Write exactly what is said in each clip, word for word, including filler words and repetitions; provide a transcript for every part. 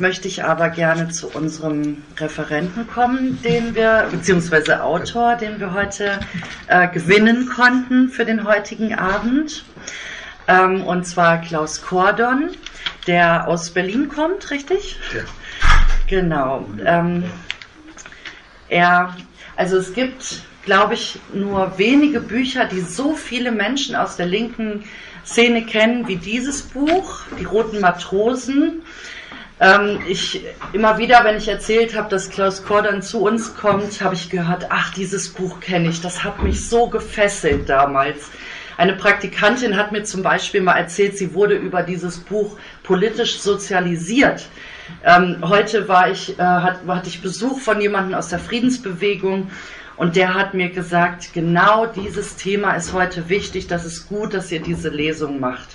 möchte ich aber gerne zu unserem Referenten kommen, den wir, beziehungsweise Autor, den wir heute äh, gewinnen konnten für den heutigen Abend. Ähm, und zwar Klaus Kordon, der aus Berlin kommt, richtig? Ja. Genau. Ähm, er, also es gibt, glaube ich, nur wenige Bücher, die so viele Menschen aus der linken Szene kennen wie dieses Buch, Die Roten Matrosen. Ähm, ich, immer wieder, wenn ich erzählt habe, dass Klaus Kordon zu uns kommt, habe ich gehört, ach, dieses Buch kenne ich, das hat mich so gefesselt damals. Eine Praktikantin hat mir zum Beispiel mal erzählt, sie wurde über dieses Buch politisch sozialisiert. Ähm, heute war ich, äh, hat, hatte ich Besuch von jemandem aus der Friedensbewegung und der hat mir gesagt, genau dieses Thema ist heute wichtig, das ist gut, dass ihr diese Lesung macht.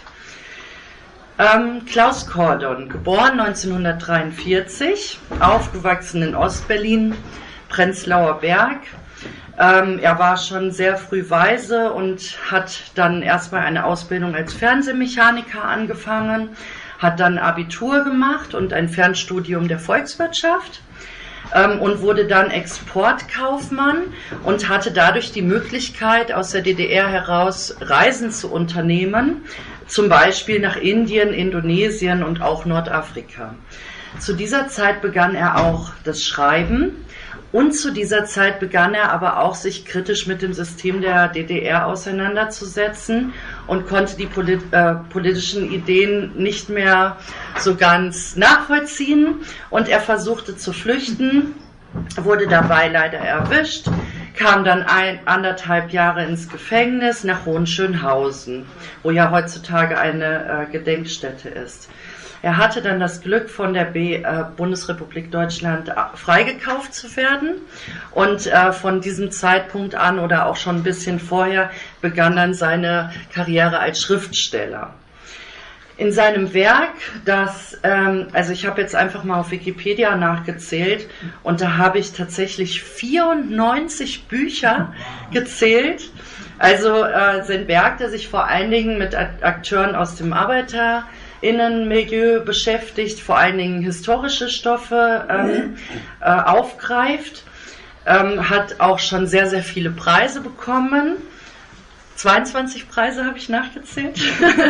Ähm, Klaus Kordon, geboren neunzehnhundertdreiundvierzig, aufgewachsen in Ostberlin, Prenzlauer Berg. Ähm, er war schon sehr früh weise und hat dann erstmal eine Ausbildung als Fernsehmechaniker angefangen, hat dann Abitur gemacht und ein Fernstudium der Volkswirtschaft ähm, und wurde dann Exportkaufmann und hatte dadurch die Möglichkeit, aus der D D R heraus Reisen zu unternehmen, zum Beispiel nach Indien, Indonesien und auch Nordafrika. Zu dieser Zeit begann er auch das Schreiben. Und zu dieser Zeit begann er aber auch, sich kritisch mit dem System der D D R auseinanderzusetzen und konnte die polit äh, politischen Ideen nicht mehr so ganz nachvollziehen. Und er versuchte zu flüchten, wurde dabei leider erwischt, kam dann ein, anderthalb Jahre ins Gefängnis nach Hohenschönhausen, wo ja heutzutage eine äh, Gedenkstätte ist. Er hatte dann das Glück, von der B äh, Bundesrepublik Deutschland freigekauft zu werden und äh, von diesem Zeitpunkt an oder auch schon ein bisschen vorher begann dann seine Karriere als Schriftsteller. In seinem Werk, das, ähm, also ich habe jetzt einfach mal auf Wikipedia nachgezählt und da habe ich tatsächlich vierundneunzig Bücher gezählt. Also äh, sein Werk, das sich vor allen Dingen mit Akteuren aus dem Arbeiter Innenmilieu beschäftigt, vor allen Dingen historische Stoffe ähm, äh, aufgreift, ähm, hat auch schon sehr, sehr viele Preise bekommen. zweiundzwanzig Preise habe ich nachgezählt.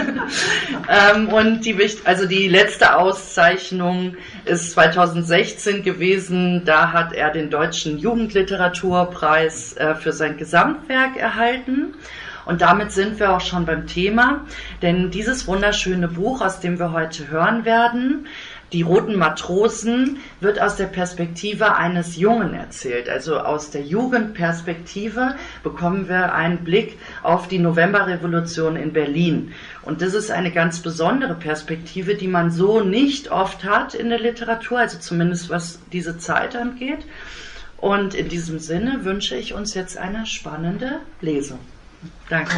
ähm, und die, also die letzte Auszeichnung ist zweitausendsechzehn gewesen. Da hat er den Deutschen Jugendliteraturpreis äh, für sein Gesamtwerk erhalten. Und damit sind wir auch schon beim Thema, denn dieses wunderschöne Buch, aus dem wir heute hören werden, Die Roten Matrosen, wird aus der Perspektive eines Jungen erzählt. Also aus der Jugendperspektive bekommen wir einen Blick auf die Novemberrevolution in Berlin. Und das ist eine ganz besondere Perspektive, die man so nicht oft hat in der Literatur, also zumindest was diese Zeit angeht. Und in diesem Sinne wünsche ich uns jetzt eine spannende Lesung. Danke.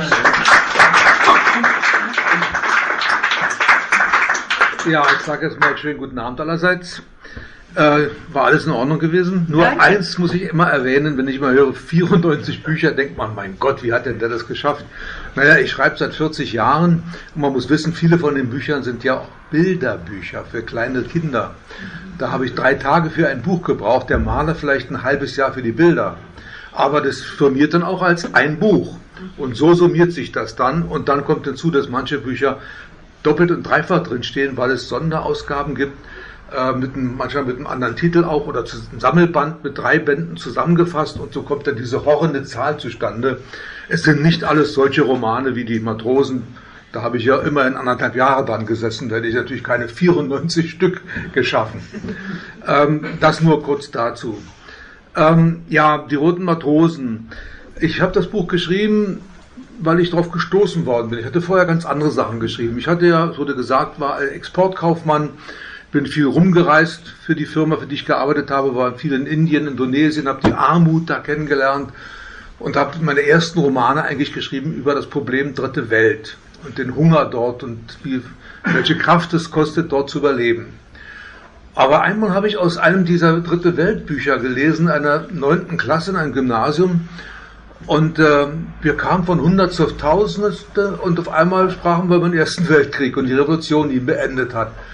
Ja, ich sage jetzt mal schönen guten Abend allerseits. Äh, war alles in Ordnung gewesen. Nur Danke. Eins muss ich immer erwähnen, wenn ich mal höre, vierundneunzig Bücher, denkt man, mein Gott, wie hat denn der das geschafft? Naja, ich schreibe seit vierzig Jahren und man muss wissen, viele von den Büchern sind ja auch Bilderbücher für kleine Kinder. Da habe ich drei Tage für ein Buch gebraucht, der Maler vielleicht ein halbes Jahr für die Bilder. Aber das firmiert dann auch als ein Buch. Und so summiert sich das dann. Und dann kommt hinzu, dass manche Bücher doppelt und dreifach drinstehen, weil es Sonderausgaben gibt, äh, mit einem, manchmal mit einem anderen Titel auch oder zu, ein Sammelband mit drei Bänden zusammengefasst. Und so kommt dann diese horrende Zahl zustande. Es sind nicht alles solche Romane wie die Matrosen. Da habe ich ja immerhin anderthalb Jahre dran gesessen. Da hätte ich natürlich keine vierundneunzig Stück geschaffen. Ähm, das nur kurz dazu. Ähm, ja, die Roten Matrosen. Ich habe das Buch geschrieben, weil ich darauf gestoßen worden bin. Ich hatte vorher ganz andere Sachen geschrieben. Ich hatte ja, es wurde gesagt, war Exportkaufmann, bin viel rumgereist für die Firma, für die ich gearbeitet habe, war viel in Indien, Indonesien, habe die Armut da kennengelernt und habe meine ersten Romane eigentlich geschrieben über das Problem Dritte Welt und den Hunger dort und wie, welche Kraft es kostet, dort zu überleben. Aber einmal habe ich aus einem dieser Dritte Welt Bücher gelesen, einer neunten Klasse in einem Gymnasium. Und äh, wir kamen von hundert auf tausend und auf einmal sprachen wir über den Ersten Weltkrieg und die Revolution, die ihn beendet hat.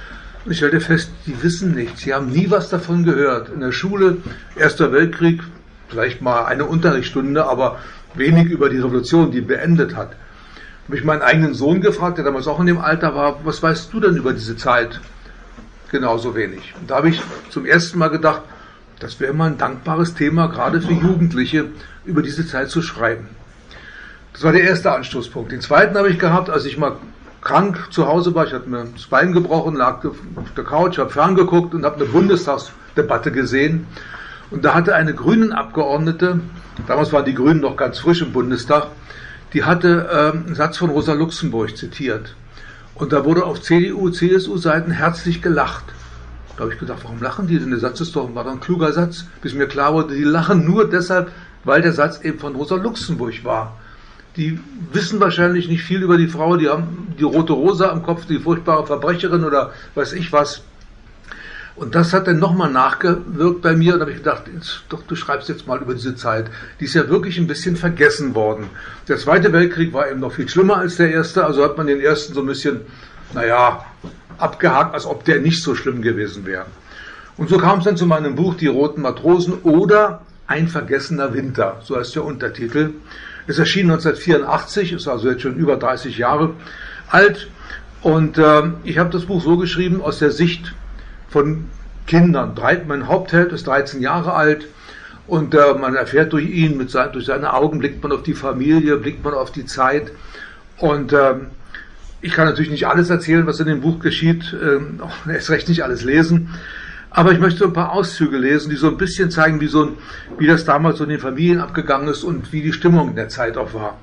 Und ich stellte fest, die wissen nichts. Sie haben nie was davon gehört. In der Schule, Erster Weltkrieg, vielleicht mal eine Unterrichtsstunde, aber wenig über die Revolution, die beendet hat. Habe ich meinen eigenen Sohn gefragt, der damals auch in dem Alter war, was weißt du denn über diese Zeit? Genauso wenig. Und da habe ich zum ersten Mal gedacht, das wäre mal ein dankbares Thema, gerade für Jugendliche, über diese Zeit zu schreiben. Das war der erste Anstoßpunkt. Den zweiten habe ich gehabt, als ich mal krank zu Hause war. Ich hatte mir das Bein gebrochen, lag auf der Couch, habe ferngeguckt und habe eine Bundestagsdebatte gesehen. Und da hatte eine Grünen-Abgeordnete, damals waren die Grünen noch ganz frisch im Bundestag, die hatte äh, einen Satz von Rosa Luxemburg zitiert. Und da wurde auf C D U, C S U-Seiten herzlich gelacht. Da habe ich gedacht, warum lachen die denn? Der Satz ist doch, war doch ein kluger Satz. Bis mir klar wurde, die lachen nur deshalb, weil der Satz eben von Rosa Luxemburg war. Die wissen wahrscheinlich nicht viel über die Frau, die haben die rote Rosa am Kopf, die furchtbare Verbrecherin oder weiß ich was. Und das hat dann nochmal nachgewirkt bei mir und da habe ich gedacht, doch, du schreibst jetzt mal über diese Zeit. Die ist ja wirklich ein bisschen vergessen worden. Der Zweite Weltkrieg war eben noch viel schlimmer als der Erste, also hat man den Ersten so ein bisschen, naja, abgehakt, als ob der nicht so schlimm gewesen wäre. Und so kam es dann zu meinem Buch Die Roten Matrosen oder Ein vergessener Winter, so heißt der Untertitel. Es erschien neunzehnhundertvierundachtzig, ist also jetzt schon über dreißig Jahre alt und äh, ich habe das Buch so geschrieben aus der Sicht von Kindern. Mein Hauptheld ist dreizehn Jahre alt und äh, man erfährt durch ihn, mit sein, durch seine Augen blickt man auf die Familie, blickt man auf die Zeit und äh, ich kann natürlich nicht alles erzählen, was in dem Buch geschieht, äh, erst recht nicht alles lesen, aber ich möchte ein paar Auszüge lesen, die so ein bisschen zeigen, wie, so ein, wie das damals so in den Familien abgegangen ist und wie die Stimmung in der Zeit auch war.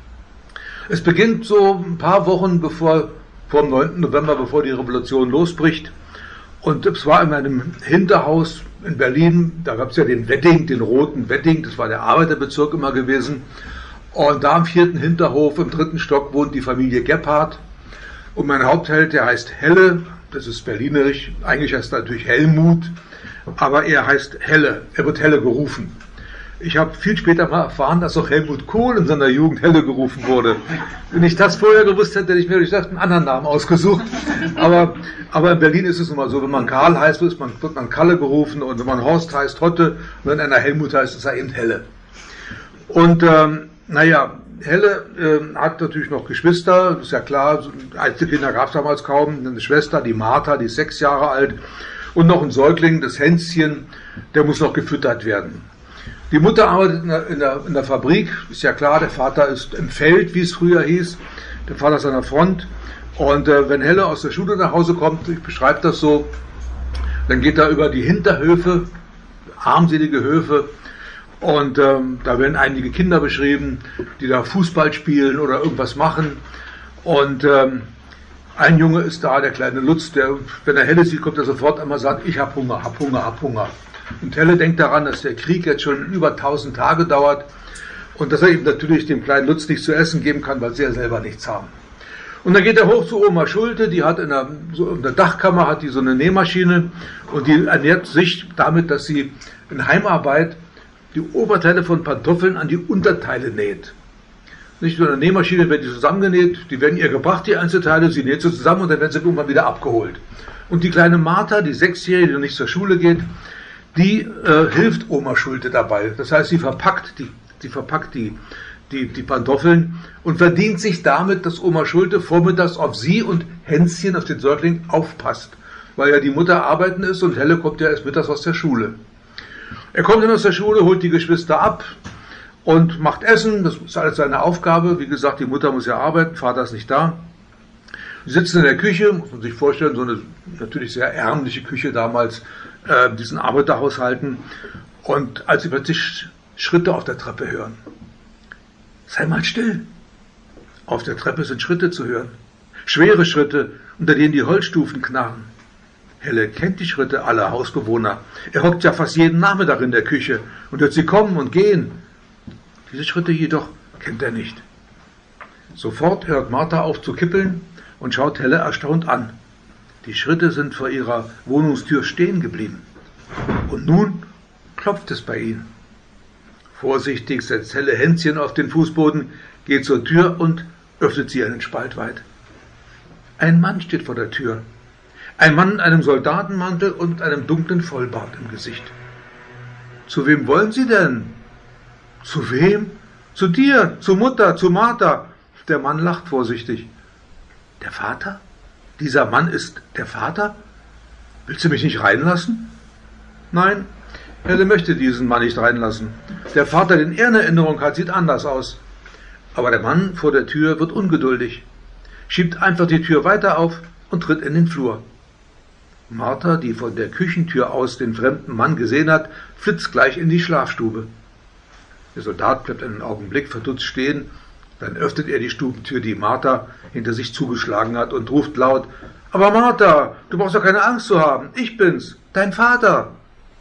Es beginnt so ein paar Wochen bevor, vor dem neunten November, bevor die Revolution losbricht. Und es war in einem Hinterhaus in Berlin, da gab es ja den Wedding, den roten Wedding, das war der Arbeiterbezirk immer gewesen. Und da im vierten Hinterhof, im dritten Stock, wohnt die Familie Gebhardt. Und mein Hauptheld, der heißt Helle, das ist berlinerisch, eigentlich heißt er natürlich Helmut, aber er heißt Helle, er wird Helle gerufen. Ich habe viel später mal erfahren, dass auch Helmut Kohl in seiner Jugend Helle gerufen wurde. Wenn ich das vorher gewusst hätte, hätte ich mir einen anderen Namen ausgesucht. Aber, aber in Berlin ist es nun mal so, wenn man Karl heißt, wird man, wird man Kalle gerufen und wenn man Horst heißt, Hotte und wenn einer Helmut heißt, ist er eben Helle. Und ähm, naja, Helle äh, hat natürlich noch Geschwister, ist ja klar, Einzelkinder gab es damals kaum, eine Schwester, die Martha, die ist sechs Jahre alt und noch ein Säugling, das Hänschen, der muss noch gefüttert werden. Die Mutter arbeitet in der, in, der, in der Fabrik, ist ja klar, der Vater ist im Feld, wie es früher hieß, der Vater ist an der Front und äh, wenn Helle aus der Schule nach Hause kommt, ich beschreibe das so, dann geht er über die Hinterhöfe, armselige Höfe und ähm, da werden einige Kinder beschrieben, die da Fußball spielen oder irgendwas machen und ähm, ein Junge ist da, der kleine Lutz, der, wenn er Helle sieht, kommt er sofort einmal und sagt, ich hab Hunger, hab Hunger, hab Hunger. Und Helle denkt daran, dass der Krieg jetzt schon über tausend Tage dauert und dass er ihm natürlich dem kleinen Lutz nichts zu essen geben kann, weil sie ja selber nichts haben. Und dann geht er hoch zu Oma Schulte, die hat in der, so in der Dachkammer hat die so eine Nähmaschine und die ernährt sich damit, dass sie in Heimarbeit die Oberteile von Pantoffeln an die Unterteile näht. Nicht nur in der Nähmaschine werden die zusammengenäht, die werden ihr gebracht, die Einzelteile, sie näht sie zusammen und dann werden sie irgendwann wieder abgeholt. Und die kleine Martha, die Sechsjährige, die noch nicht zur Schule geht, die äh, hilft Oma Schulte dabei. Das heißt, sie verpackt die, sie verpackt die, die, die Pantoffeln und verdient sich damit, dass Oma Schulte vormittags auf sie und Hänschen, auf den Säugling, aufpasst. Weil ja die Mutter arbeiten ist und Helle kommt ja erst mittags aus der Schule. Er kommt dann aus der Schule, holt die Geschwister ab und macht Essen. Das ist alles seine Aufgabe. Wie gesagt, die Mutter muss ja arbeiten, Vater ist nicht da. Sie sitzen in der Küche, muss man sich vorstellen, so eine natürlich sehr ärmliche Küche damals, äh, diesen Arbeiterhaushalten. Und als sie plötzlich Schritte auf der Treppe hören. Sei mal still. Auf der Treppe sind Schritte zu hören. Schwere Schritte, unter denen die Holzstufen knarren. Helle kennt die Schritte aller Hausbewohner. Er hockt ja fast jeden Nachmittag in der Küche und hört sie kommen und gehen. Diese Schritte jedoch kennt er nicht. Sofort hört Martha auf zu kippeln und schaut Helle erstaunt an. Die Schritte sind vor ihrer Wohnungstür stehen geblieben. Und nun klopft es bei ihnen. Vorsichtig setzt Helle Hänschen auf den Fußboden, geht zur Tür und öffnet sie einen Spalt weit. Ein Mann steht vor der Tür. Ein Mann in einem Soldatenmantel und einem dunklen Vollbart im Gesicht. »Zu wem wollen Sie denn?« »Zu wem?« »Zu dir, zu Mutter, zu Martha.« Der Mann lacht vorsichtig. »Der Vater? Dieser Mann ist der Vater? Willst du mich nicht reinlassen?« »Nein, Helle möchte diesen Mann nicht reinlassen. Der Vater, den er in Erinnerung hat, sieht anders aus.« Aber der Mann vor der Tür wird ungeduldig, schiebt einfach die Tür weiter auf und tritt in den Flur. Martha, die von der Küchentür aus den fremden Mann gesehen hat, flitzt gleich in die Schlafstube. Der Soldat bleibt einen Augenblick verdutzt stehen, dann öffnet er die Stubentür, die Martha hinter sich zugeschlagen hat, und ruft laut: »Aber Martha, du brauchst doch keine Angst zu haben, ich bin's, dein Vater!«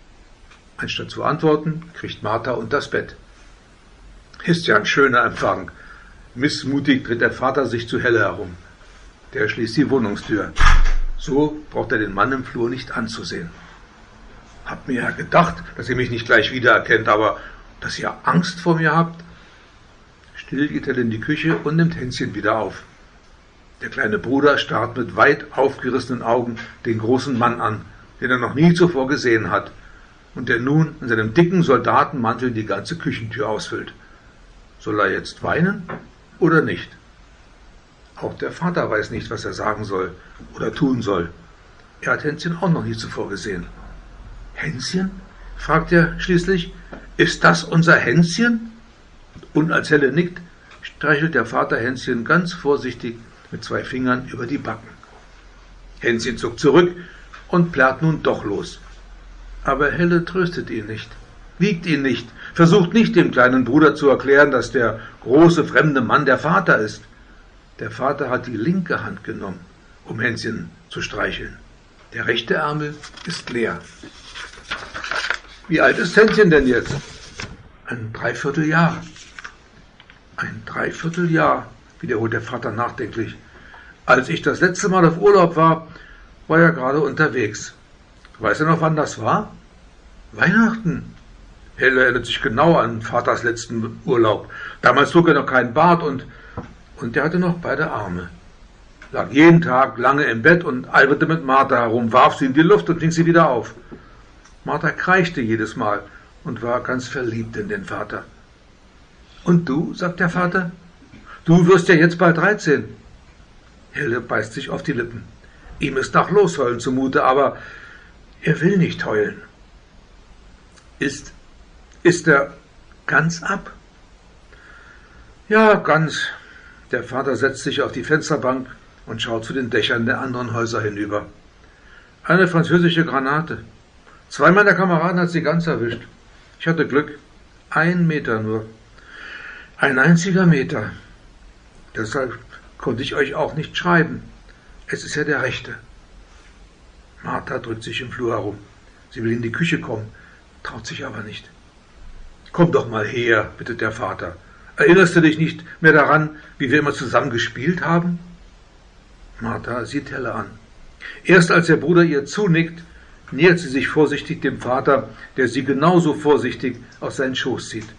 Anstatt zu antworten, kriecht Martha unter das Bett. Ist ja ein schöner Empfang. Missmutig dreht der Vater sich zu Helle herum. Der schließt die Wohnungstür. So braucht er den Mann im Flur nicht anzusehen. Hab mir ja gedacht, dass ihr mich nicht gleich wiedererkennt, aber dass ihr Angst vor mir habt. Still geht Helle in die Küche und nimmt Hänschen wieder auf. Der kleine Bruder starrt mit weit aufgerissenen Augen den großen Mann an, den er noch nie zuvor gesehen hat und der nun in seinem dicken Soldatenmantel die ganze Küchentür ausfüllt. Soll er jetzt weinen oder nicht? Auch der Vater weiß nicht, was er sagen soll oder tun soll. Er hat Hänschen auch noch nie zuvor gesehen. »Hänschen?« fragt er schließlich. »Ist das unser Hänschen?« Und als Helle nickt, streichelt der Vater Hänschen ganz vorsichtig mit zwei Fingern über die Backen. Hänschen zuckt zurück und plärrt nun doch los. Aber Helle tröstet ihn nicht, wiegt ihn nicht, versucht nicht dem kleinen Bruder zu erklären, dass der große fremde Mann der Vater ist. Der Vater hat die linke Hand genommen, um Hänschen zu streicheln. Der rechte Ärmel ist leer. Wie alt ist Hänschen denn jetzt? Ein Dreivierteljahr. Ein Dreivierteljahr, wiederholt der Vater nachdenklich. Als ich das letzte Mal auf Urlaub war, war er gerade unterwegs. Weiß er noch, wann das war? Weihnachten. Helle erinnert sich genau an Vaters letzten Urlaub. Damals trug er noch keinen Bart und, und er hatte noch beide Arme. Lag jeden Tag lange im Bett und alberte mit Martha herum, warf sie in die Luft und fing sie wieder auf. Martha kreischte jedes Mal und war ganz verliebt in den Vater. »Und du?« sagt der Vater. »Du wirst ja jetzt bald dreizehn.« Helle beißt sich auf die Lippen. Ihm ist nach Losheulen zumute, aber er will nicht heulen. Ist, ist er ganz ab? Ja, ganz. Der Vater setzt sich auf die Fensterbank und schaut zu den Dächern der anderen Häuser hinüber. Eine französische Granate. Zwei meiner Kameraden hat sie ganz erwischt. Ich hatte Glück. Ein Meter nur. Ein einziger Meter. Deshalb konnte ich euch auch nicht schreiben. Es ist ja der rechte. Martha drückt sich im Flur herum. Sie will in die Küche kommen, traut sich aber nicht. Komm doch mal her, bittet der Vater. Erinnerst du dich nicht mehr daran, wie wir immer zusammen gespielt haben? Martha sieht Helle an. Erst als der Bruder ihr zunickt, nähert sie sich vorsichtig dem Vater, der sie genauso vorsichtig aus seinen Schoß zieht.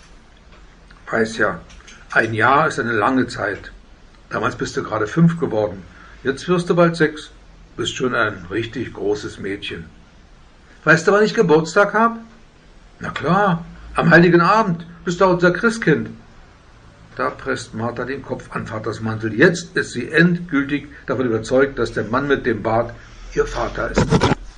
Weiß ja, ein Jahr ist eine lange Zeit. Damals bist du gerade fünf geworden. Jetzt wirst du bald sechs. Bist schon ein richtig großes Mädchen. Weißt du, wann ich Geburtstag habe? Na klar, am Heiligen Abend. Bist du auch unser Christkind. Da presst Martha den Kopf an Vaters Mantel. Jetzt ist sie endgültig davon überzeugt, dass der Mann mit dem Bart ihr Vater ist.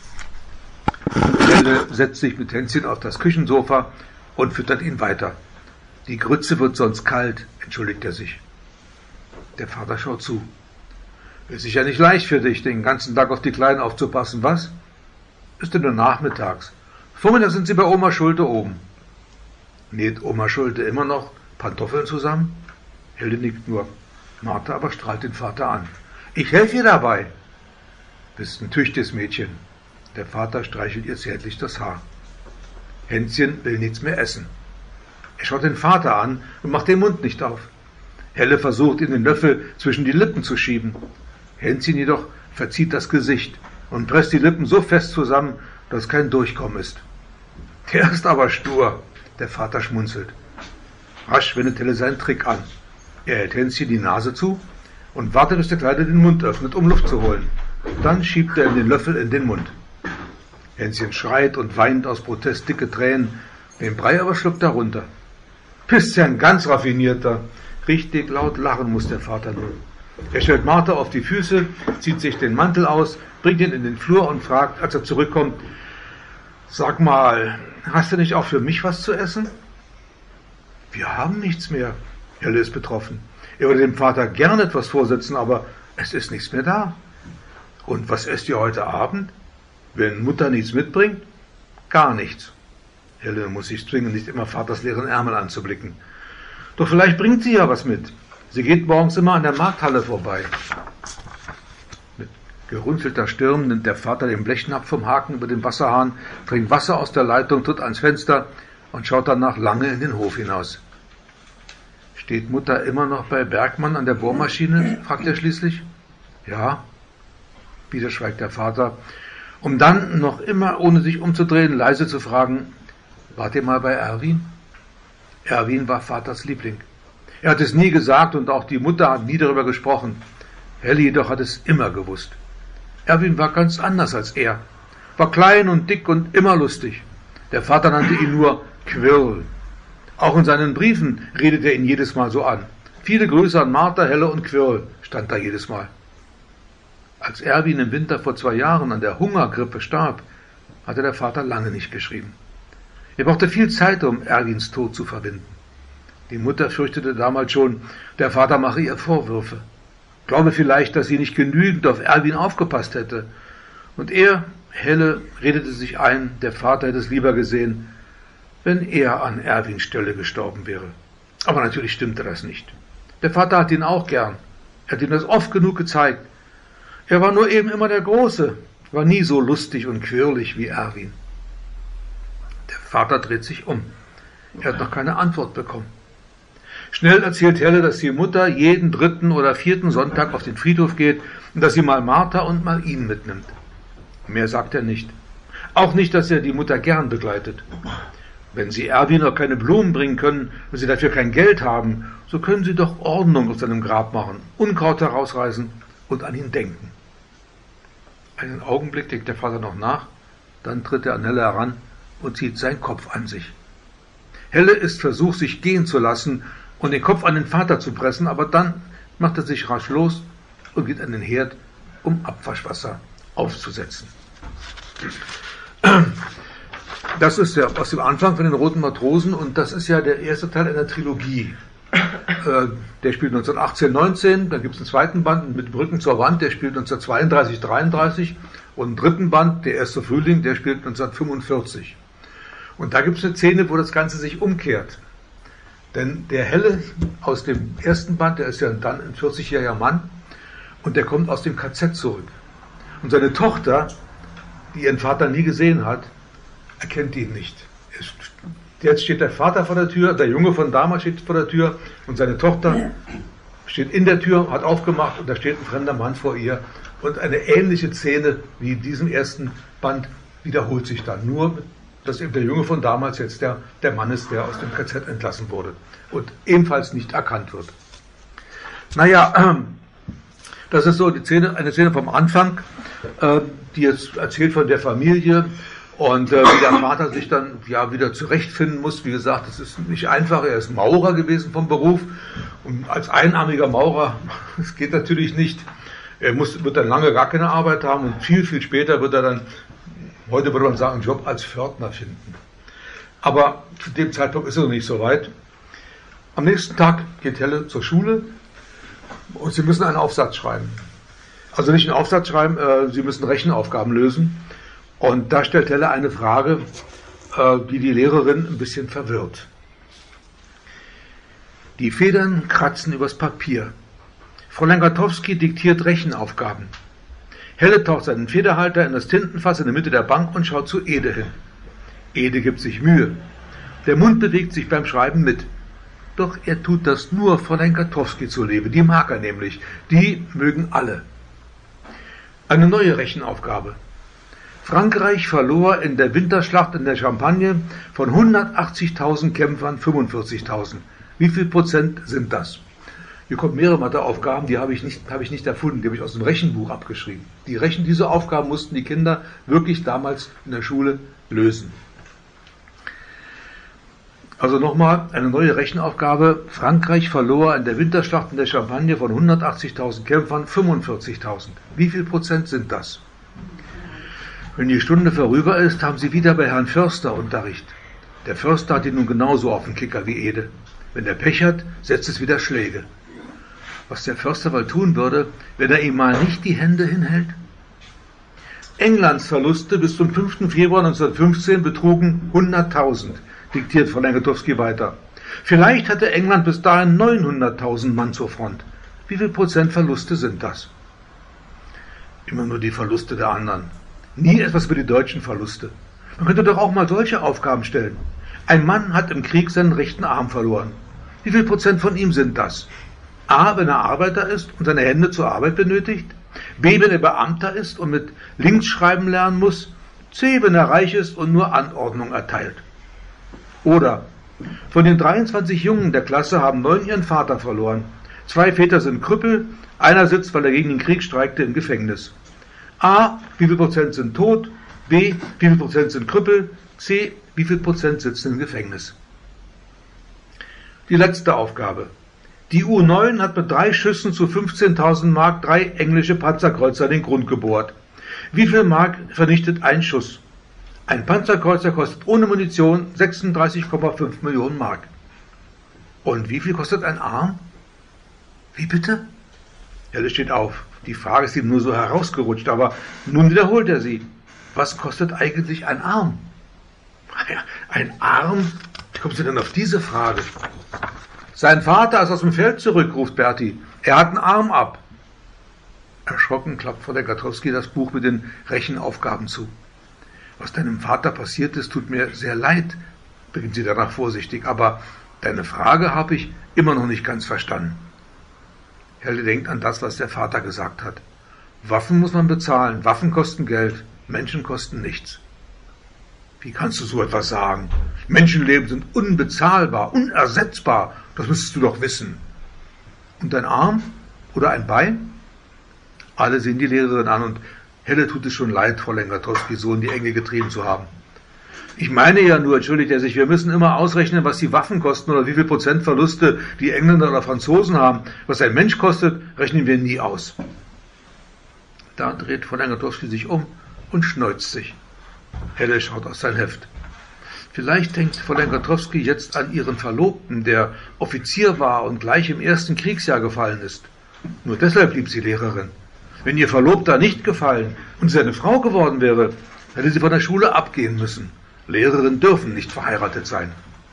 Helle setzt sich mit Hänschen auf das Küchensofa und füttert ihn weiter. Die Grütze wird sonst kalt, entschuldigt er sich. Der Vater schaut zu. Ist sicher nicht leicht für dich, den ganzen Tag auf die Kleinen aufzupassen, was? Ist denn nur nachmittags. Vormittags sind sie bei Oma Schulte oben. Näht Oma Schulte immer noch Pantoffeln zusammen? Helle nickt nur. Martha aber strahlt den Vater an. Ich helfe ihr dabei. Bist ein tüchtiges Mädchen. Der Vater streichelt ihr zärtlich das Haar. Hänschen will nichts mehr essen. Er schaut den Vater an und macht den Mund nicht auf. Helle versucht, ihm den Löffel zwischen die Lippen zu schieben. Hänschen jedoch verzieht das Gesicht und presst die Lippen so fest zusammen, dass kein Durchkommen ist. Der ist aber stur, der Vater schmunzelt. Rasch wendet Helle seinen Trick an. Er hält Hänschen die Nase zu und wartet, bis der Kleine den Mund öffnet, um Luft zu holen. Dann schiebt er ihm den Löffel in den Mund. Hänschen schreit und weint aus Protest dicke Tränen, den Brei aber schluckt er runter. Bist ja ein ganz raffinierter. Richtig laut lachen muss der Vater nun. Er stellt Martha auf die Füße, zieht sich den Mantel aus, bringt ihn in den Flur und fragt, als er zurückkommt, sag mal, hast du nicht auch für mich was zu essen? Wir haben nichts mehr. Helle ist betroffen. Er würde dem Vater gern etwas vorsetzen, aber es ist nichts mehr da. Und was esst ihr heute Abend? Wenn Mutter nichts mitbringt? Gar nichts. Helle muss sich zwingen, nicht immer Vaters leeren Ärmel anzublicken. Doch vielleicht bringt sie ja was mit. Sie geht morgens immer an der Markthalle vorbei. Mit gerunzelter Stirn nimmt der Vater den Blechnapf vom Haken über den Wasserhahn, trinkt Wasser aus der Leitung, tritt ans Fenster und schaut danach lange in den Hof hinaus. Steht Mutter immer noch bei Bergmann an der Bohrmaschine? Fragt er schließlich. Ja. Wieder schweigt der Vater, um dann noch immer, ohne sich umzudrehen, leise zu fragen, wart ihr mal bei Erwin? Erwin war Vaters Liebling. Er hat es nie gesagt und auch die Mutter hat nie darüber gesprochen. Helle jedoch hat es immer gewusst. Erwin war ganz anders als er. War klein und dick und immer lustig. Der Vater nannte ihn nur Quirl. Auch in seinen Briefen redet er ihn jedes Mal so an. Viele Grüße an Martha, Helle und Quirl stand da jedes Mal. Als Erwin im Winter vor zwei Jahren an der Hungergrippe starb, hatte der Vater lange nicht geschrieben. Er brauchte viel Zeit, um Erwins Tod zu verbinden. Die Mutter fürchtete damals schon, der Vater mache ihr Vorwürfe. Glaube vielleicht, dass sie nicht genügend auf Erwin aufgepasst hätte. Und er, Helle, redete sich ein, der Vater hätte es lieber gesehen, wenn er an Erwins Stelle gestorben wäre. Aber natürlich stimmte das nicht. Der Vater hatte ihn auch gern. Er hat ihm das oft genug gezeigt. Er war nur eben immer der Große, war nie so lustig und quirlig wie Erwin. Der Vater dreht sich um. Er hat noch keine Antwort bekommen. Schnell erzählt Helle, dass die Mutter jeden dritten oder vierten Sonntag auf den Friedhof geht und dass sie mal Martha und mal ihn mitnimmt. Mehr sagt er nicht. Auch nicht, dass er die Mutter gern begleitet. Wenn sie Erwin noch keine Blumen bringen können und sie dafür kein Geld haben, so können sie doch Ordnung auf seinem Grab machen, Unkraut herausreißen und an ihn denken. Einen Augenblick denkt der Vater noch nach, dann tritt er an Helle heran und zieht seinen Kopf an sich. Helle ist versucht, sich gehen zu lassen und den Kopf an den Vater zu pressen, aber dann macht er sich rasch los und geht an den Herd, um Abwaschwasser aufzusetzen. Das ist ja aus dem Anfang von den Roten Matrosen und das ist ja der erste Teil einer Trilogie. Äh, der spielt neunzehnhundertachtzehn neunzehn, dann gibt es einen zweiten Band mit Brücken zur Wand, der spielt neunzehnhundertzweiunddreißig dreiunddreißig und einen dritten Band, der erste Frühling, der spielt neunzehnhundertfünfundvierzig. Und da gibt es eine Szene, wo das Ganze sich umkehrt. Denn der Helle aus dem ersten Band, der ist ja dann ein vierzigjähriger Mann und der kommt aus dem K Z zurück. Und seine Tochter, die ihren Vater nie gesehen hat, erkennt ihn nicht. Jetzt steht der Vater vor der Tür, der Junge von damals steht vor der Tür und seine Tochter steht in der Tür, hat aufgemacht und da steht ein fremder Mann vor ihr. Und eine ähnliche Szene wie in diesem ersten Band wiederholt sich dann. Nur, dass eben der Junge von damals jetzt der, der Mann ist, der aus dem K Z entlassen wurde und ebenfalls nicht erkannt wird. Naja, das ist so die Szene, eine Szene vom Anfang, äh, die jetzt erzählt von der Familie und äh, wie der Vater sich dann ja wieder zurechtfinden muss. Wie gesagt, es ist nicht einfach, er ist Maurer gewesen vom Beruf und als einarmiger Maurer, das geht natürlich nicht. Er muss, wird dann lange gar keine Arbeit haben und viel, viel später wird er dann, heute würde man sagen, einen Job als Pförtner finden. Aber zu dem Zeitpunkt ist er noch nicht so weit. Am nächsten Tag geht Helle zur Schule und sie müssen einen Aufsatz schreiben. Also nicht einen Aufsatz schreiben, äh, sie müssen Rechenaufgaben lösen. Und da stellt Helle eine Frage, äh, die die Lehrerin ein bisschen verwirrt. Die Federn kratzen übers Papier. Fräulein Gatowski diktiert Rechenaufgaben. Helle taucht seinen Federhalter in das Tintenfass in der Mitte der Bank und schaut zu Ede hin. Ede gibt sich Mühe. Der Mund bewegt sich beim Schreiben mit. Doch er tut das nur Fräulein Gatowski zuliebe. Die mag er nämlich. Die mögen alle. Eine neue Rechenaufgabe. Frankreich verlor in der Winterschlacht in der Champagne von hundertachtzigtausend Kämpfern fünfundvierzigtausend. Wie viel Prozent sind das? Hier kommen mehrere Matheaufgaben, die habe ich nicht, habe ich nicht erfunden, die habe ich aus dem Rechenbuch abgeschrieben. Die Rechen, diese Aufgaben mussten die Kinder wirklich damals in der Schule lösen. Also nochmal eine neue Rechenaufgabe. Frankreich verlor in der Winterschlacht in der Champagne von hundertachtzigtausend Kämpfern fünfundvierzigtausend. Wie viel Prozent sind das? Wenn die Stunde vorüber ist, haben Sie wieder bei Herrn Förster Unterricht. Der Förster hat ihn nun genauso auf den Kicker wie Ede. Wenn er Pech hat, setzt es wieder Schläge. Was der Förster wohl tun würde, wenn er ihm mal nicht die Hände hinhält? Englands Verluste bis zum fünften Februar neunzehnhundertfünfzehn betrugen hunderttausend, diktiert Frau Lengertowski weiter. Vielleicht hatte England bis dahin neunhunderttausend Mann zur Front. Wie viel Prozent Verluste sind das? Immer nur die Verluste der anderen. Nie etwas über die deutschen Verluste. Man könnte doch auch mal solche Aufgaben stellen. Ein Mann hat im Krieg seinen rechten Arm verloren. Wie viel Prozent von ihm sind das? A, wenn er Arbeiter ist und seine Hände zur Arbeit benötigt. B, wenn er Beamter ist und mit links schreiben lernen muss. C, wenn er reich ist und nur Anordnung erteilt. Oder, von den dreiundzwanzig Jungen der Klasse haben neun ihren Vater verloren. Zwei Väter sind Krüppel, einer sitzt, weil er gegen den Krieg streikte, im Gefängnis. A, wie viel Prozent sind tot? B, wie viel Prozent sind Krüppel? C, wie viel Prozent sitzen im Gefängnis? Die letzte Aufgabe. Die U neun hat mit drei Schüssen zu fünfzehntausend Mark drei englische Panzerkreuzer in den Grund gebohrt. Wie viel Mark vernichtet ein Schuss? Ein Panzerkreuzer kostet ohne Munition sechsunddreißig Komma fünf Millionen Mark. Und wie viel kostet ein Arm? Wie bitte? Helle steht auf. Die Frage ist ihm nur so herausgerutscht, aber nun wiederholt er sie. Was kostet eigentlich ein Arm? Ein Arm? Wie kommt sie denn auf diese Frage? Sein Vater ist aus dem Feld zurück, ruft Berti. Er hat einen Arm ab. Erschrocken klappt Frau Lengertowski das Buch mit den Rechenaufgaben zu. Was deinem Vater passiert ist, tut mir sehr leid, beginnt sie danach vorsichtig, aber deine Frage habe ich immer noch nicht ganz verstanden. Helle denkt an das, was der Vater gesagt hat. Waffen muss man bezahlen, Waffen kosten Geld, Menschen kosten nichts. Wie kannst du so etwas sagen? Menschenleben sind unbezahlbar, unersetzbar, das müsstest du doch wissen. Und ein Arm oder ein Bein? Alle sehen die Lehrerin an und Helle tut es schon leid, Frau Lengertowski so in die Enge getrieben zu haben. Ich meine ja nur, entschuldigt er sich, wir müssen immer ausrechnen, was die Waffen kosten oder wie viel Prozent Verluste die Engländer oder Franzosen haben. Was ein Mensch kostet, rechnen wir nie aus. Da dreht Frau Lengertowski sich um und schneuzt sich. Helle schaut aus sein Heft. Vielleicht denkt Frau Lengertowski jetzt an ihren Verlobten, der Offizier war und gleich im ersten Kriegsjahr gefallen ist. Nur deshalb blieb sie Lehrerin. Wenn ihr Verlobter nicht gefallen und sie eine Frau geworden wäre, hätte sie von der Schule abgehen müssen. Lehrerinnen dürfen nicht verheiratet sein.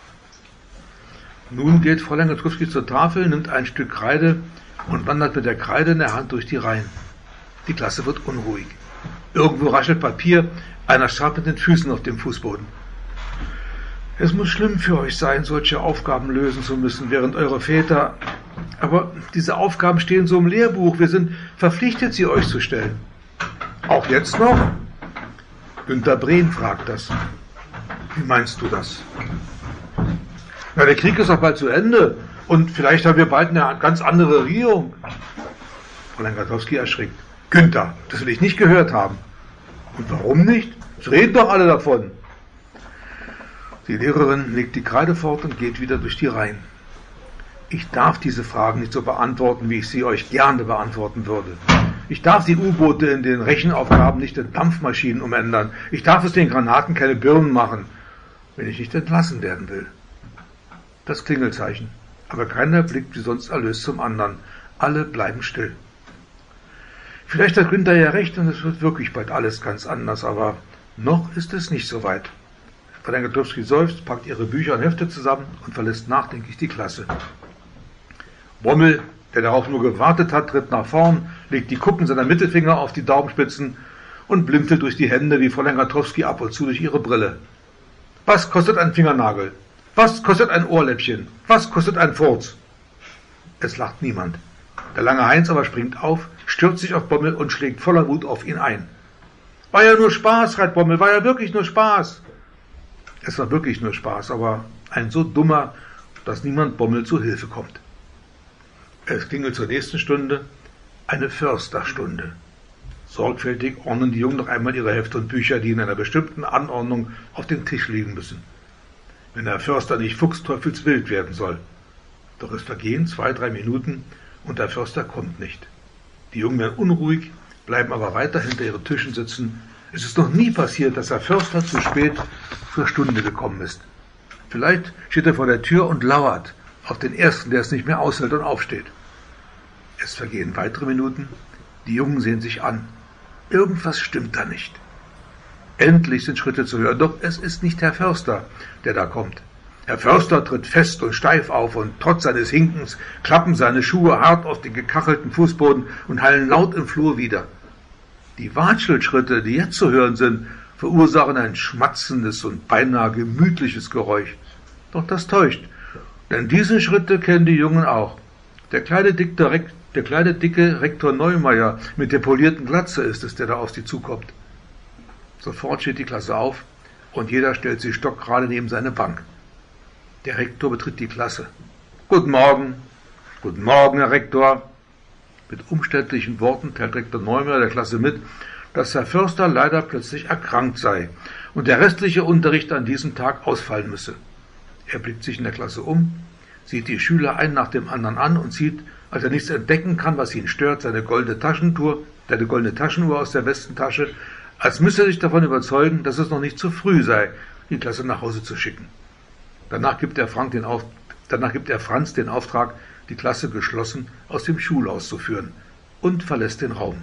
Nun geht Frau Lengertowski zur Tafel, nimmt ein Stück Kreide und wandert mit der Kreide in der Hand durch die Reihen. Die Klasse wird unruhig. Irgendwo raschelt Papier, einer scharrt mit den Füßen auf dem Fußboden. Es muss schlimm für euch sein, solche Aufgaben lösen zu müssen, während eure Väter... Aber diese Aufgaben stehen so im Lehrbuch, wir sind verpflichtet, sie euch zu stellen. Auch jetzt noch? Günter Brehn fragt das. Wie meinst du das? Na, der Krieg ist doch bald zu Ende und vielleicht haben wir bald eine ganz andere Regierung. Frau Lengertowski erschrickt. Günther, das will ich nicht gehört haben. Und warum nicht? Es reden doch alle davon. Die Lehrerin legt die Kreide fort und geht wieder durch die Reihen. Ich darf diese Fragen nicht so beantworten, wie ich sie euch gerne beantworten würde. Ich darf die U-Boote in den Rechenaufgaben nicht in Dampfmaschinen umändern. Ich darf aus den Granaten keine Birnen machen, wenn ich nicht entlassen werden will. Das Klingelzeichen. Aber keiner blickt wie sonst erlöst zum anderen. Alle bleiben still. Vielleicht hat Günther ja recht und es wird wirklich bald alles ganz anders, aber noch ist es nicht so weit. Frau Lengertowski seufzt, packt ihre Bücher und Hefte zusammen und verlässt nachdenklich die Klasse. Bommel, der darauf nur gewartet hat, tritt nach vorn, legt die Kuppen seiner Mittelfinger auf die Daumenspitzen und blinzelt durch die Hände wie Frau Lengertowski ab und zu durch ihre Brille. Was kostet ein Fingernagel? Was kostet ein Ohrläppchen? Was kostet ein Furz? Es lacht niemand. Der lange Heinz aber springt auf, stürzt sich auf Bommel und schlägt voller Wut auf ihn ein. War ja nur Spaß, schreit Bommel, war ja wirklich nur Spaß. Es war wirklich nur Spaß, aber ein so dummer, dass niemand Bommel zu Hilfe kommt. Es klingelt zur nächsten Stunde, eine Försterstunde. Sorgfältig ordnen die Jungen noch einmal ihre Hefte und Bücher, die in einer bestimmten Anordnung auf dem Tisch liegen müssen. Wenn der Förster nicht fuchsteufelswild werden soll. Doch es vergehen zwei, drei Minuten und der Förster kommt nicht. Die Jungen werden unruhig, bleiben aber weiter hinter ihren Tischen sitzen. Es ist noch nie passiert, dass der Förster zu spät zur Stunde gekommen ist. Vielleicht steht er vor der Tür und lauert auf den Ersten, der es nicht mehr aushält und aufsteht. Es vergehen weitere Minuten. Die Jungen sehen sich an. Irgendwas stimmt da nicht. Endlich sind Schritte zu hören, doch es ist nicht Herr Förster, der da kommt. Herr Förster tritt fest und steif auf und trotz seines Hinkens klappen seine Schuhe hart auf den gekachelten Fußboden und hallen laut im Flur wider. Die Watschelschritte, die jetzt zu hören sind, verursachen ein schmatzendes und beinahe gemütliches Geräusch. Doch das täuscht, denn diese Schritte kennen die Jungen auch. Der kleine, dicke, der kleine dicke Rektor Neumeier mit der polierten Glatze ist es, der da auf sie zukommt. Sofort steht die Klasse auf und jeder stellt sich stockgerade neben seine Bank. Der Rektor betritt die Klasse. Guten Morgen. Guten Morgen, Herr Rektor. Mit umständlichen Worten teilt Rektor Neumeier der Klasse mit, dass Herr Förster leider plötzlich erkrankt sei und der restliche Unterricht an diesem Tag ausfallen müsse. Er blickt sich in der Klasse um, sieht die Schüler einen nach dem anderen an und sieht, als er nichts entdecken kann, was ihn stört, seine goldene Taschentour, seine goldene Taschenuhr aus der Westentasche, als müsse er sich davon überzeugen, dass es noch nicht zu früh sei, die Klasse nach Hause zu schicken. Danach gibt er, Frank den Auf, danach gibt er Franz den Auftrag, die Klasse geschlossen aus dem Schulhaus zu führen und verlässt den Raum.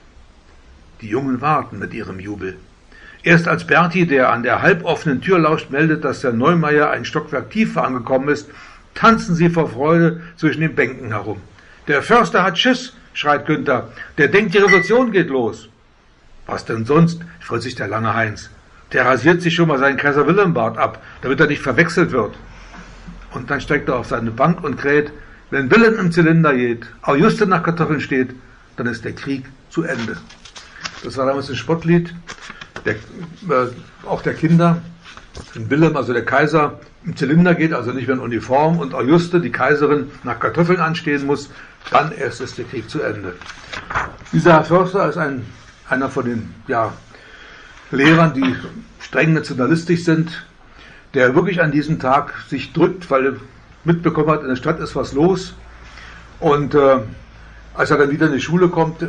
Die Jungen warten mit ihrem Jubel. Erst als Berti, der an der halboffenen Tür lauscht, meldet, dass der Neumeier ein Stockwerk tiefer angekommen ist, tanzen sie vor Freude zwischen den Bänken herum. Der Förster hat Schiss, schreit Günther. Der denkt, die Revolution geht los. Was denn sonst, freut sich der lange Heinz. Der rasiert sich schon mal seinen Kaiser-Wilhelm-Bart ab, damit er nicht verwechselt wird. Und dann steigt er auf seine Bank und kräht, wenn Wilhelm im Zylinder geht, auch Juste nach Kartoffeln steht, dann ist der Krieg zu Ende. Das war damals ein Spottlied, der, äh, auch der Kinder. Wenn Wilhelm, also der Kaiser, im Zylinder geht, also nicht mehr in Uniform, und Auguste, die Kaiserin, nach Kartoffeln anstehen muss, dann erst ist der Krieg zu Ende. Dieser Herr Förster ist ein, einer von den ja, Lehrern, die streng nationalistisch sind, der wirklich an diesem Tag sich drückt, weil er mitbekommen hat, in der Stadt ist was los. Und äh, als er dann wieder in die Schule kommt,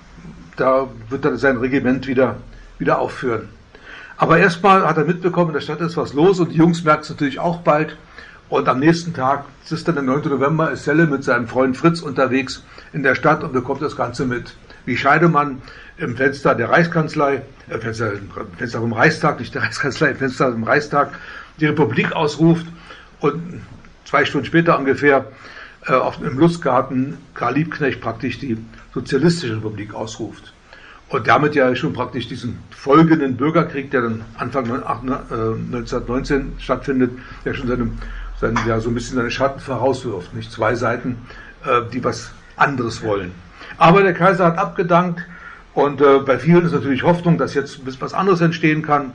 da wird er sein Regiment wieder, wieder aufführen. Aber erstmal hat er mitbekommen, in der Stadt ist was los und die Jungs merken es natürlich auch bald. Und am nächsten Tag, es ist dann der neunte November, ist Selle mit seinem Freund Fritz unterwegs in der Stadt und bekommt das Ganze mit. Wie Scheidemann im Fenster der Reichskanzlei, äh, Fenster, im Fenster vom Reichstag, nicht der Reichskanzlei, im Fenster im Reichstag, die Republik ausruft und zwei Stunden später ungefähr äh, auf, im Lustgarten Karl Liebknecht praktisch die Sozialistische Republik ausruft. Und damit ja schon praktisch diesen folgenden Bürgerkrieg, der dann Anfang neunzehnhundertneunzehn stattfindet, der schon seine, seine, ja, so ein bisschen seine Schatten vorauswirft. Nicht zwei Seiten, äh, die was anderes wollen. Aber der Kaiser hat abgedankt und äh, bei vielen ist natürlich Hoffnung, dass jetzt ein bisschen was anderes entstehen kann.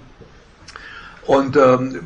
Und ähm,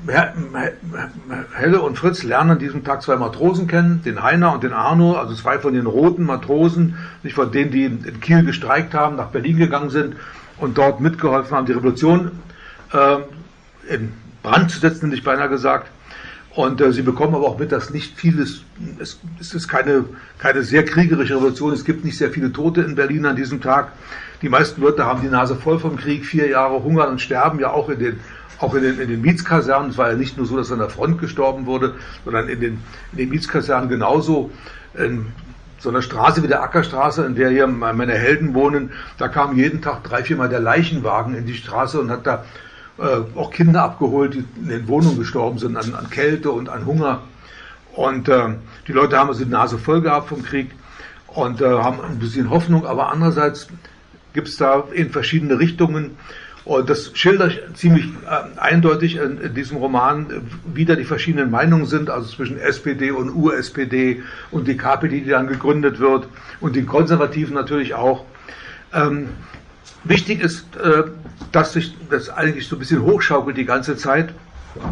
Helle und Fritz lernen an diesem Tag zwei Matrosen kennen, den Heiner und den Arno, also zwei von den roten Matrosen, nicht von denen, die in Kiel gestreikt haben, nach Berlin gegangen sind und dort mitgeholfen haben, die Revolution äh, in Brand zu setzen, nicht beinahe gesagt. Und äh, sie bekommen aber auch mit, dass nicht vieles, es, es ist keine, keine sehr kriegerische Revolution, es gibt nicht sehr viele Tote in Berlin an diesem Tag. Die meisten Leute haben die Nase voll vom Krieg, vier Jahre hungern und sterben ja auch in den Auch in den, in den Mietskasernen. Es war ja nicht nur so, dass an der Front gestorben wurde, sondern in den, in den Mietskasernen genauso. In so einer Straße wie der Ackerstraße, in der hier meine Helden wohnen, da kam jeden Tag drei, viermal der Leichenwagen in die Straße und hat da äh, auch Kinder abgeholt, die in den Wohnungen gestorben sind, an, an Kälte und an Hunger. Und äh, die Leute haben also die Nase voll gehabt vom Krieg und äh, haben ein bisschen Hoffnung, aber andererseits gibt es da in verschiedene Richtungen. Und das schildert ziemlich äh, eindeutig in, in diesem Roman, äh, wie da die verschiedenen Meinungen sind, also zwischen S P D und U S P D und die K P D, die dann gegründet wird, und den Konservativen natürlich auch. Ähm, wichtig ist, äh, dass sich das eigentlich so ein bisschen hochschaukelt die ganze Zeit.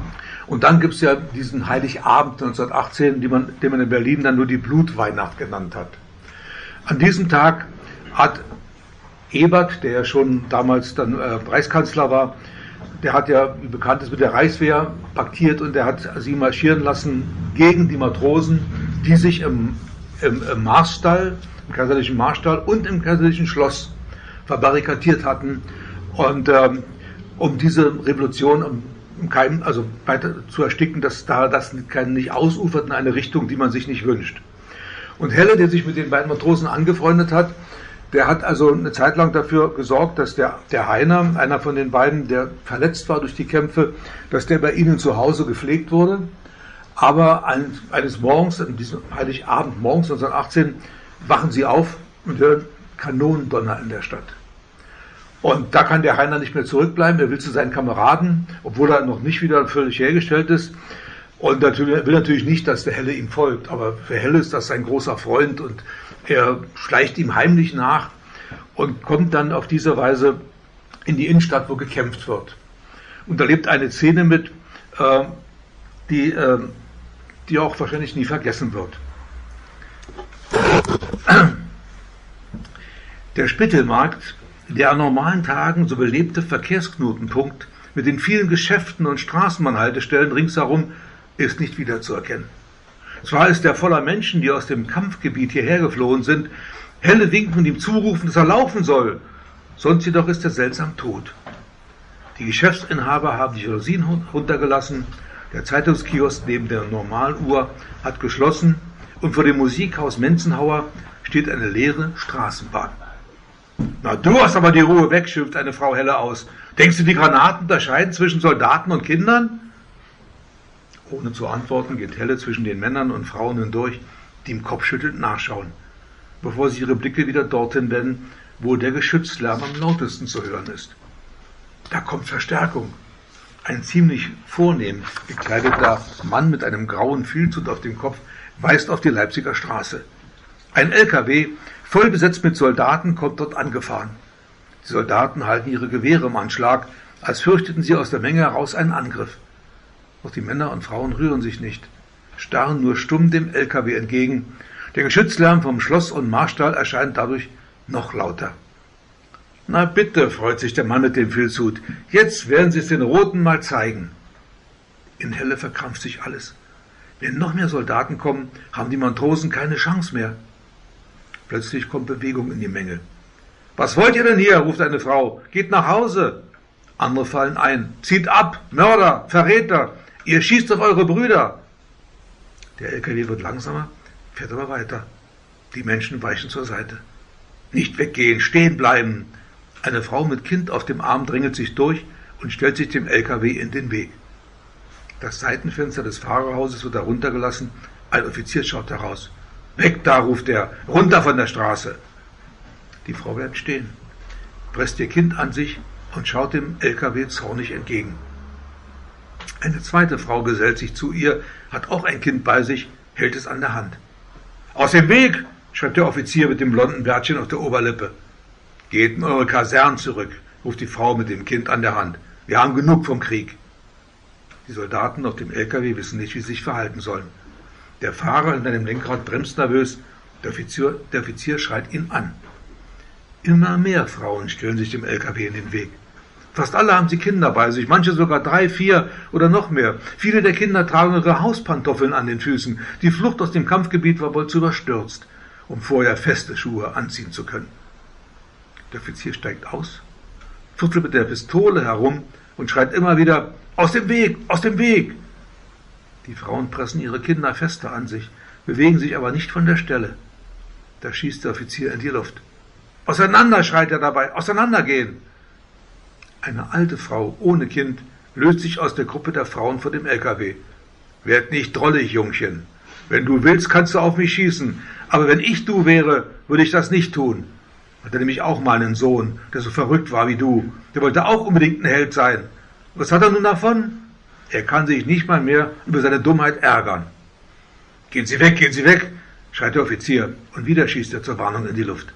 Und dann gibt es ja diesen Heiligabend neunzehnhundertachtzehn, den man, den man in Berlin dann nur die Blutweihnacht genannt hat. An diesem Tag hat Ebert, der ja schon damals dann äh, Reichskanzler war, der hat ja, wie bekannt ist, mit der Reichswehr paktiert und der hat sie marschieren lassen gegen die Matrosen, die sich im, im, im Marstall, im kaiserlichen Marstall und im kaiserlichen Schloss verbarrikadiert hatten, und ähm, um diese Revolution im Keim, also weiter zu ersticken, dass da das nicht ausufert in eine Richtung, die man sich nicht wünscht. Und Helle, der sich mit den beiden Matrosen angefreundet hat, der hat also eine Zeit lang dafür gesorgt, dass der, der Heiner, einer von den beiden, der verletzt war durch die Kämpfe, dass der bei ihnen zu Hause gepflegt wurde. Aber ein, eines Morgens, an diesem Heiligabend morgens neunzehnhundertachtzehn, wachen sie auf und hören Kanonendonner in der Stadt. Und da kann der Heiner nicht mehr zurückbleiben, er will zu seinen Kameraden, obwohl er noch nicht wieder völlig hergestellt ist. Und natürlich, will natürlich nicht, dass der Helle ihm folgt, aber für Helle ist das sein großer Freund und er schleicht ihm heimlich nach und kommt dann auf diese Weise in die Innenstadt, wo gekämpft wird. Und da lebt eine Szene mit, äh, die, äh, die auch wahrscheinlich nie vergessen wird. Der Spittelmarkt, der an normalen Tagen so belebte Verkehrsknotenpunkt mit den vielen Geschäften und Straßenbahnhaltestellen ringsherum, ist nicht wiederzuerkennen. Zwar ist er voller Menschen, die aus dem Kampfgebiet hierher geflohen sind, Helle winken und ihm zurufen, dass er laufen soll, sonst jedoch ist er seltsam tot. Die Geschäftsinhaber haben die Jalousien runtergelassen, der Zeitungskiosk neben der Normaluhr hat geschlossen und vor dem Musikhaus Menzenhauer steht eine leere Straßenbahn. »Na, du hast aber die Ruhe weg«, schimpft eine Frau Helle aus. »Denkst du, die Granaten unterscheiden zwischen Soldaten und Kindern?« Ohne zu antworten geht Helle zwischen den Männern und Frauen hindurch, die ihm kopfschüttelnd nachschauen, bevor sie ihre Blicke wieder dorthin wenden, wo der Geschützlärm am lautesten zu hören ist. Da kommt Verstärkung. Ein ziemlich vornehm gekleideter Mann mit einem grauen Filzhut auf dem Kopf weist auf die Leipziger Straße. Ein L K W, voll besetzt mit Soldaten, kommt dort angefahren. Die Soldaten halten ihre Gewehre im Anschlag, als fürchteten sie aus der Menge heraus einen Angriff. Doch die Männer und Frauen rühren sich nicht, starren nur stumm dem L K W entgegen. Der Geschützlärm vom Schloss und Marstall erscheint dadurch noch lauter. »Na bitte«, freut sich der Mann mit dem Filzhut, »jetzt werden Sie es den Roten mal zeigen.« In Helle verkrampft sich alles. Wenn noch mehr Soldaten kommen, haben die Matrosen keine Chance mehr. Plötzlich kommt Bewegung in die Menge. »Was wollt ihr denn hier?« ruft eine Frau. »Geht nach Hause!« Andere fallen ein. »Zieht ab! Mörder! Verräter! Ihr schießt auf eure Brüder!« Der L K W wird langsamer, fährt aber weiter. Die Menschen weichen zur Seite. »Nicht weggehen! Stehen bleiben!« Eine Frau mit Kind auf dem Arm drängelt sich durch und stellt sich dem L K W in den Weg. Das Seitenfenster des Fahrerhauses wird heruntergelassen. Ein Offizier schaut heraus. »Weg da«, ruft er, »runter von der Straße!« Die Frau bleibt stehen, presst ihr Kind an sich und schaut dem L K W zornig entgegen. Eine zweite Frau gesellt sich zu ihr, hat auch ein Kind bei sich, hält es an der Hand. »Aus dem Weg«, schreibt der Offizier mit dem blonden Bärtchen auf der Oberlippe. »Geht in eure Kasernen zurück«, ruft die Frau mit dem Kind an der Hand. »Wir haben genug vom Krieg.« Die Soldaten auf dem L K W wissen nicht, wie sie sich verhalten sollen. Der Fahrer in seinem Lenkrad bremst nervös, der Offizier, der Offizier schreit ihn an. Immer mehr Frauen stellen sich dem L K W in den Weg. Fast alle haben sie Kinder bei sich, manche sogar drei, vier oder noch mehr. Viele der Kinder tragen ihre Hauspantoffeln an den Füßen. Die Flucht aus dem Kampfgebiet war wohl zu überstürzt, um vorher feste Schuhe anziehen zu können. Der Offizier steigt aus, fuchtelt mit der Pistole herum und schreit immer wieder, »Aus dem Weg, aus dem Weg!« Die Frauen pressen ihre Kinder fester an sich, bewegen sich aber nicht von der Stelle. Da schießt der Offizier in die Luft. »Auseinander«, schreit er dabei, »auseinandergehen!« Eine alte Frau ohne Kind löst sich aus der Gruppe der Frauen vor dem L K W. »Werd nicht drollig, Jungchen. Wenn du willst, kannst du auf mich schießen. Aber wenn ich du wäre, würde ich das nicht tun. Hatte nämlich auch mal einen Sohn, der so verrückt war wie du. Der wollte auch unbedingt ein Held sein. Was hat er nun davon? Er kann sich nicht mal mehr über seine Dummheit ärgern.« »Gehen Sie weg, gehen Sie weg«, schreit der Offizier, und wieder schießt er zur Warnung in die Luft.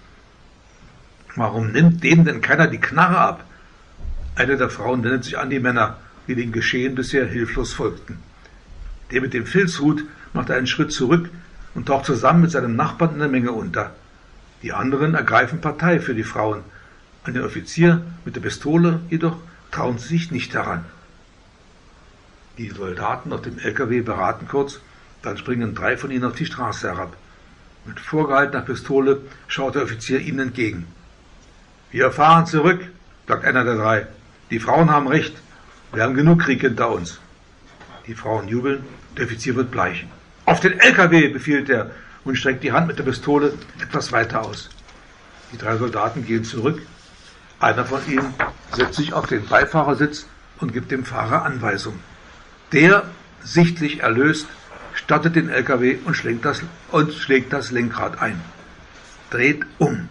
»Warum nimmt denen denn keiner die Knarre ab?« Eine der Frauen wendet sich an die Männer. die dem Geschehen bisher hilflos folgten. Der mit dem Filzhut macht einen Schritt zurück und taucht zusammen mit seinem Nachbarn in der Menge unter. Die anderen ergreifen Partei für die Frauen. An den Offizier mit der Pistole jedoch trauen sie sich nicht heran. Die Soldaten auf dem L K W beraten kurz, dann springen drei von ihnen auf die Straße herab. Mit vorgehaltener Pistole schaut der Offizier ihnen entgegen. »Wir fahren zurück«, sagt einer der drei. »Die Frauen haben recht. Wir haben genug Krieg hinter uns.« Die Frauen jubeln, der Offizier wird bleich. »Auf den L K W«, befiehlt er und streckt die Hand mit der Pistole etwas weiter aus. Die drei Soldaten gehen zurück. Einer von ihnen setzt sich auf den Beifahrersitz und gibt dem Fahrer Anweisungen. Der, sichtlich erlöst, startet den L K W und schlägt das, und schlägt das Lenkrad ein. Dreht um.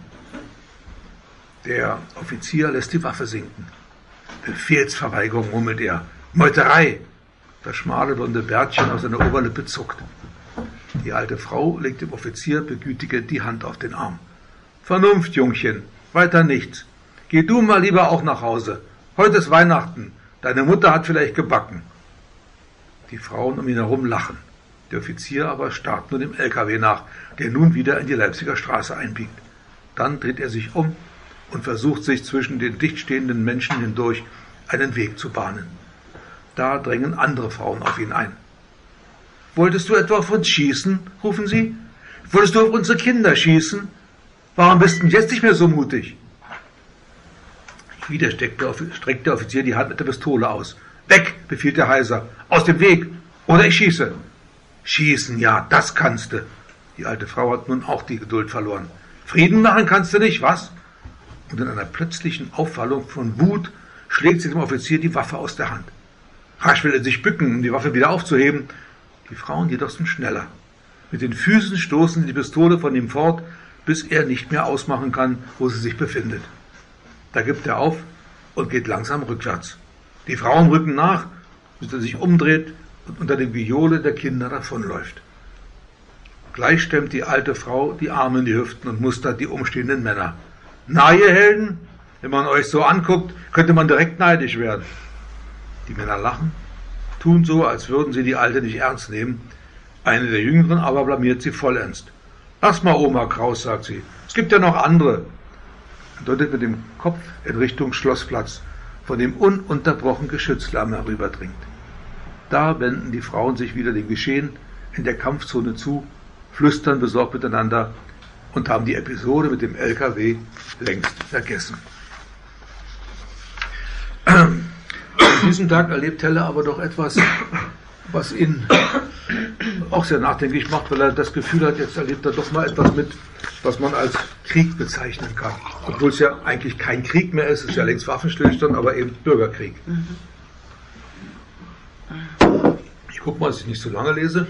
Der Offizier lässt die Waffe sinken. Befehlsverweigerung, murmelt er. Meuterei! Das schmale blonde Bärtchen aus seiner Oberlippe zuckt. Die alte Frau legt dem Offizier begütigend die Hand auf den Arm. Vernunft, Jungchen, weiter nichts. Geh du mal lieber auch nach Hause. Heute ist Weihnachten. Deine Mutter hat vielleicht gebacken. Die Frauen um ihn herum lachen. Der Offizier aber starrt nur dem L K W nach, der nun wieder in die Leipziger Straße einbiegt. Dann dreht er sich um und versucht sich zwischen den dichtstehenden Menschen hindurch einen Weg zu bahnen. Da drängen andere Frauen auf ihn ein. »Wolltest du etwa auf uns schießen?« rufen sie. »Wolltest du auf unsere Kinder schießen? Warum bist du jetzt nicht mehr so mutig?« Wieder streckt der, streckt der Offizier die Hand mit der Pistole aus. »Weg«, befiehlt der heiser, »aus dem Weg, oder ich schieße.« »Schießen, ja, das kannst du.« Die alte Frau hat nun auch die Geduld verloren. »Frieden machen kannst du nicht, was?« Und in einer plötzlichen Aufwallung von Wut schlägt sie dem Offizier die Waffe aus der Hand. Rasch will er sich bücken, um die Waffe wieder aufzuheben. Die Frauen jedoch sind schneller. Mit den Füßen stoßen sie die Pistole von ihm fort, bis er nicht mehr ausmachen kann, wo sie sich befindet. Da gibt er auf und geht langsam rückwärts. Die Frauen rücken nach, bis er sich umdreht und unter dem Gejohle der Kinder davonläuft. Gleich stemmt die alte Frau die Arme in die Hüften und mustert die umstehenden Männer. Na, ihr Helden, wenn man euch so anguckt, könnte man direkt neidisch werden. Die Männer lachen, tun so, als würden sie die Alte nicht ernst nehmen. Eine der Jüngeren aber blamiert sie vollends. Lass mal, Oma Kraus, sagt sie, es gibt ja noch andere. Er deutet mit dem Kopf in Richtung Schlossplatz, von dem ununterbrochen Geschützlärm herüberdringt. Da wenden die Frauen sich wieder dem Geschehen in der Kampfzone zu, flüstern besorgt miteinander und haben die Episode mit dem L K W längst vergessen. An diesem Tag erlebt Helle aber doch etwas, was ihn auch sehr nachdenklich macht, weil er das Gefühl hat, jetzt erlebt er doch mal etwas mit, was man als Krieg bezeichnen kann. Obwohl es ja eigentlich kein Krieg mehr ist, es ist ja längst Waffenstillstand, aber eben Bürgerkrieg. Ich gucke mal, dass ich nicht so lange lese.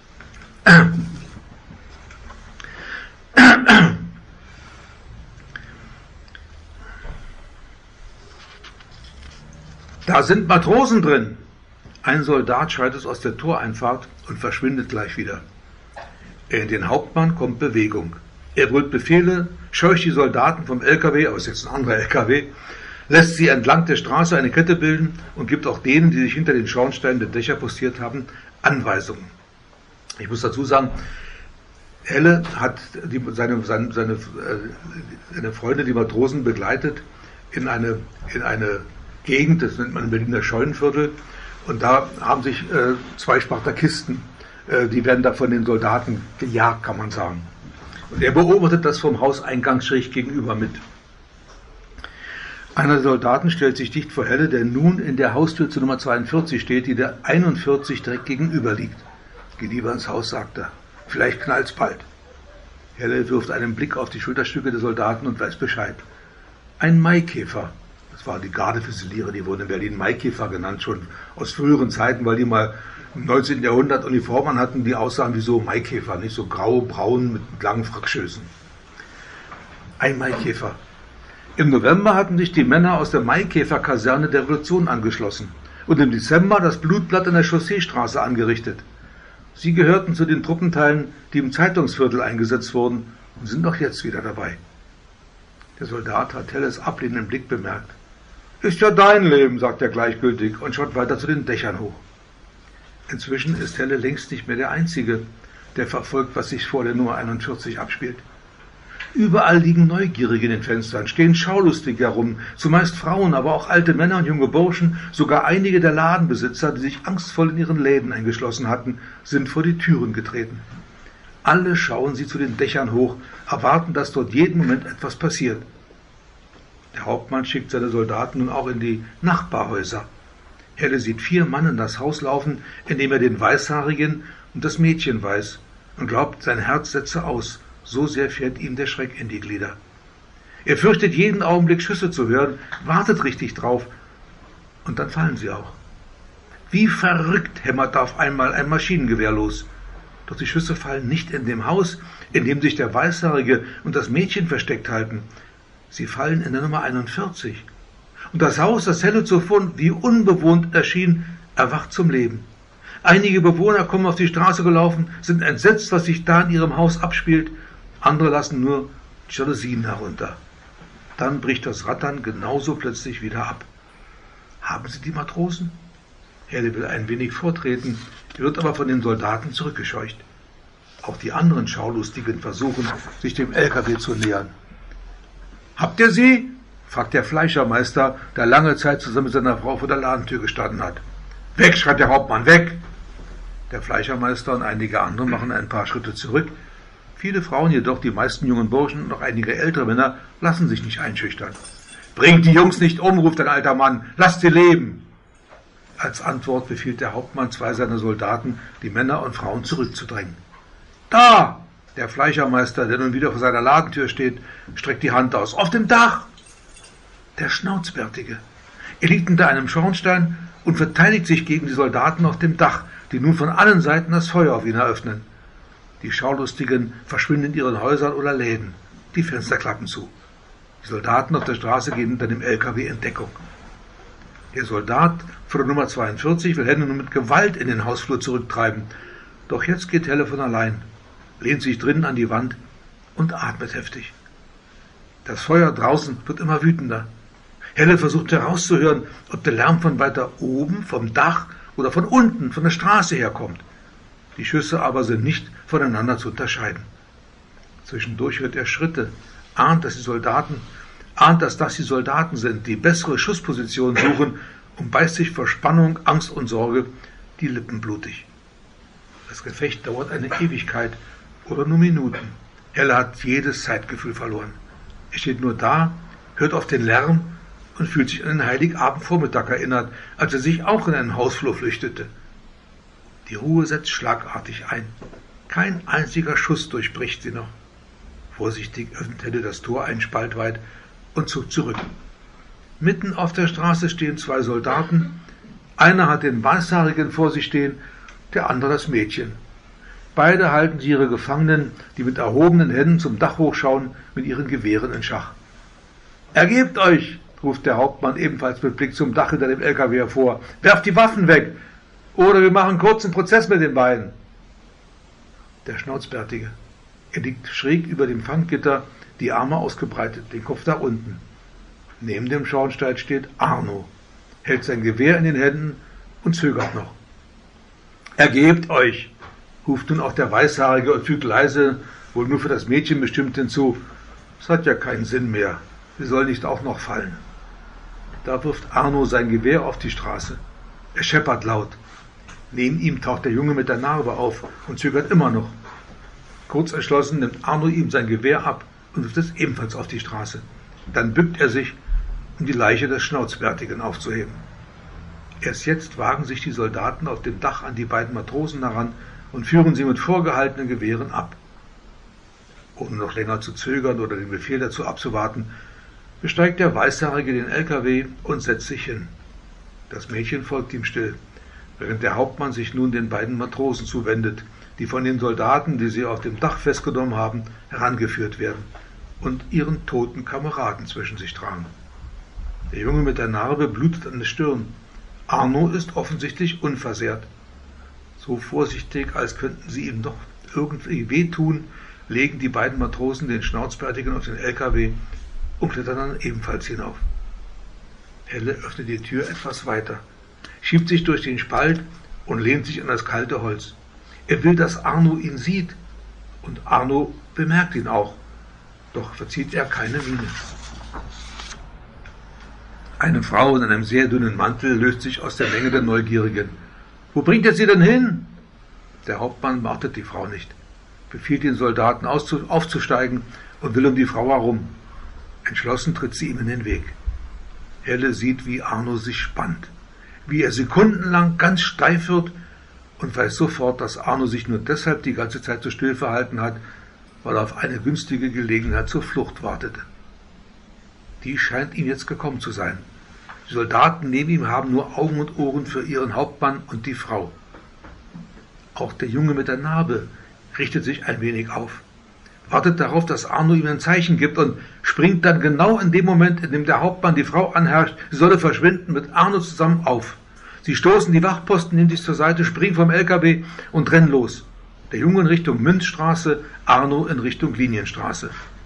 Da sind Matrosen drin. Ein Soldat schreit es aus der Toreinfahrt und verschwindet gleich wieder. In den Hauptmann kommt Bewegung. Er brüllt Befehle, scheucht die Soldaten vom L K W, aus jetzt ein anderer L K W, lässt sie entlang der Straße eine Kette bilden und gibt auch denen, die sich hinter den Schornsteinen der Dächer postiert haben, Anweisungen. Ich muss dazu sagen, Helle hat die, seine, seine, seine, seine Freunde, die Matrosen, begleitet in eine, in eine Gegend, das nennt man im Berliner Scheunenviertel, und da haben sich äh, zwei Spartakisten, äh, die werden da von den Soldaten gejagt, kann man sagen. Und er beobachtet das vom Hauseingang schräg gegenüber mit. Einer der Soldaten stellt sich dicht vor Helle, der nun in der Haustür zu Nummer zweiundvierzig steht, die der einundvierzig direkt gegenüber liegt. Geh lieber ins Haus, sagt er. Vielleicht knallt's bald. Helle wirft einen Blick auf die Schulterstücke der Soldaten und weiß Bescheid. Ein Maikäfer. Das waren die Gardefüsiliere, die wurden in Berlin Maikäfer genannt, schon aus früheren Zeiten, weil die mal im neunzehnten Jahrhundert Uniformen hatten, die aussahen wie so Maikäfer, nicht so grau, braun mit langen Frackschößen. Ein Maikäfer. Im November hatten sich die Männer aus der Maikäfer-Kaserne der Revolution angeschlossen und im Dezember das Blutblatt an der Chausseestraße angerichtet. Sie gehörten zu den Truppenteilen, die im Zeitungsviertel eingesetzt wurden und sind auch jetzt wieder dabei. Der Soldat hat Helles ablehnenden Blick bemerkt. Ist ja dein Leben, sagt er gleichgültig und schaut weiter zu den Dächern hoch. Inzwischen ist Helle längst nicht mehr der Einzige, der verfolgt, was sich vor der Nummer einundvierzig abspielt. Überall liegen Neugierige in den Fenstern, stehen Schaulustige herum, zumeist Frauen, aber auch alte Männer und junge Burschen, sogar einige der Ladenbesitzer, die sich angstvoll in ihren Läden eingeschlossen hatten, sind vor die Türen getreten. Alle schauen sie zu den Dächern hoch, erwarten, dass dort jeden Moment etwas passiert. Der Hauptmann schickt seine Soldaten nun auch in die Nachbarhäuser. Helle sieht vier Mann in das Haus laufen, in dem er den Weißhaarigen und das Mädchen weiß, und glaubt, sein Herz setze aus, so sehr fährt ihm der Schreck in die Glieder. Er fürchtet jeden Augenblick Schüsse zu hören, wartet richtig drauf, und dann fallen sie auch. Wie verrückt hämmert auf einmal ein Maschinengewehr los. Doch die Schüsse fallen nicht in dem Haus, in dem sich der Weißhaarige und das Mädchen versteckt halten. Sie fallen in der Nummer einundvierzig. Und das Haus, das Helle zuvor wie unbewohnt erschien, erwacht zum Leben. Einige Bewohner kommen auf die Straße gelaufen, sind entsetzt, was sich da in ihrem Haus abspielt. Andere lassen nur Jalousien herunter. Dann bricht das Rattern genauso plötzlich wieder ab. Haben Sie die Matrosen? Helle will ein wenig vortreten, wird aber von den Soldaten zurückgescheucht. Auch die anderen Schaulustigen versuchen, sich dem L K W zu nähern. »Habt ihr sie?« fragt der Fleischermeister, der lange Zeit zusammen mit seiner Frau vor der Ladentür gestanden hat. »Weg«, schreit der Hauptmann, »weg!« Der Fleischermeister und einige andere machen ein paar Schritte zurück. Viele Frauen jedoch, die meisten jungen Burschen und noch einige ältere Männer, lassen sich nicht einschüchtern. »Bringt die Jungs nicht um«, ruft ein alter Mann, »lasst sie leben!« Als Antwort befiehlt der Hauptmann zwei seiner Soldaten, die Männer und Frauen zurückzudrängen. »Da!« Der Fleischermeister, der nun wieder vor seiner Ladentür steht, streckt die Hand aus. »Auf dem Dach!« Der Schnauzbärtige. Er liegt unter einem Schornstein und verteidigt sich gegen die Soldaten auf dem Dach, die nun von allen Seiten das Feuer auf ihn eröffnen. Die Schaulustigen verschwinden in ihren Häusern oder Läden. Die Fenster klappen zu. Die Soldaten auf der Straße gehen hinter dem L K W in Deckung. Der Soldat vor der Nummer zweiundvierzig will Helle nun mit Gewalt in den Hausflur zurücktreiben. Doch jetzt geht Helle von allein, lehnt sich drinnen an die Wand und atmet heftig. Das Feuer draußen wird immer wütender. Helle versucht herauszuhören, ob der Lärm von weiter oben, vom Dach oder von unten, von der Straße herkommt. Die Schüsse aber sind nicht voneinander zu unterscheiden. Zwischendurch hört er Schritte, ahnt, dass die Soldaten, ahnt, dass das die Soldaten sind, die bessere Schusspositionen suchen und beißt sich vor Spannung, Angst und Sorge die Lippen blutig. Das Gefecht dauert eine Ewigkeit oder nur Minuten. Helle hat jedes Zeitgefühl verloren. Er steht nur da, hört auf den Lärm und fühlt sich an den Heiligabendvormittag erinnert, als er sich auch in einen Hausflur flüchtete. Die Ruhe setzt schlagartig ein. Kein einziger Schuss durchbricht sie noch. Vorsichtig öffnet Helle das Tor einen Spalt weit und zuckt zurück. Mitten auf der Straße stehen zwei Soldaten. Einer hat den Weißhaarigen vor sich stehen, der andere das Mädchen. Beide halten sie ihre Gefangenen, die mit erhobenen Händen zum Dach hochschauen, mit ihren Gewehren in Schach. »Ergebt euch«, ruft der Hauptmann ebenfalls mit Blick zum Dach hinter dem L K W hervor. »Werft die Waffen weg, oder wir machen kurzen Prozess mit den beiden.« Der Schnauzbärtige. Er liegt schräg über dem Fanggitter, die Arme ausgebreitet, den Kopf nach unten. Neben dem Schornstein steht Arno, hält sein Gewehr in den Händen und zögert noch. »Ergebt euch«, ruft nun auch der Weißhaarige und fügt leise, wohl nur für das Mädchen bestimmt hinzu, »es hat ja keinen Sinn mehr, sie soll nicht auch noch fallen.« Da wirft Arno sein Gewehr auf die Straße. Er scheppert laut. Neben ihm taucht der Junge mit der Narbe auf und zögert immer noch. Kurz entschlossen nimmt Arno ihm sein Gewehr ab und wirft es ebenfalls auf die Straße. Dann bückt er sich, um die Leiche des Schnauzbärtigen aufzuheben. Erst jetzt wagen sich die Soldaten auf dem Dach an die beiden Matrosen heran und führen sie mit vorgehaltenen Gewehren ab. Ohne noch länger zu zögern oder den Befehl dazu abzuwarten, besteigt der Weißhaarige den L K W und setzt sich hin. Das Mädchen folgt ihm still, während der Hauptmann sich nun den beiden Matrosen zuwendet, die von den Soldaten, die sie auf dem Dach festgenommen haben, herangeführt werden und ihren toten Kameraden zwischen sich tragen. Der Junge mit der Narbe blutet an der Stirn. Arno ist offensichtlich unversehrt. So vorsichtig, als könnten sie ihm doch irgendwie wehtun, legen die beiden Matrosen den Schnauzbärtigen auf den L K W und klettern dann ebenfalls hinauf. Helle öffnet die Tür etwas weiter, schiebt sich durch den Spalt und lehnt sich an das kalte Holz. Er will, dass Arno ihn sieht, und Arno bemerkt ihn auch, doch verzieht er keine Miene. Eine Frau in einem sehr dünnen Mantel löst sich aus der Menge der Neugierigen. »Wo bringt er sie denn hin?« Der Hauptmann wartet die Frau nicht, befiehlt den Soldaten aufzusteigen und will um die Frau herum. Entschlossen tritt sie ihm in den Weg. Helle sieht, wie Arno sich spannt, wie er sekundenlang ganz steif wird und weiß sofort, dass Arno sich nur deshalb die ganze Zeit so still verhalten hat, weil er auf eine günstige Gelegenheit zur Flucht wartete. Die scheint ihm jetzt gekommen zu sein. Die Soldaten neben ihm haben nur Augen und Ohren für ihren Hauptmann und die Frau. Auch der Junge mit der Narbe richtet sich ein wenig auf, wartet darauf, dass Arno ihm ein Zeichen gibt und springt dann genau in dem Moment, in dem der Hauptmann die Frau anherrscht, sie solle verschwinden, mit Arno zusammen auf. Sie stoßen die Wachposten hinter sich zur Seite, springen vom L K W und rennen los. Der Junge in Richtung Münzstraße, Arno in Richtung Linienstraße.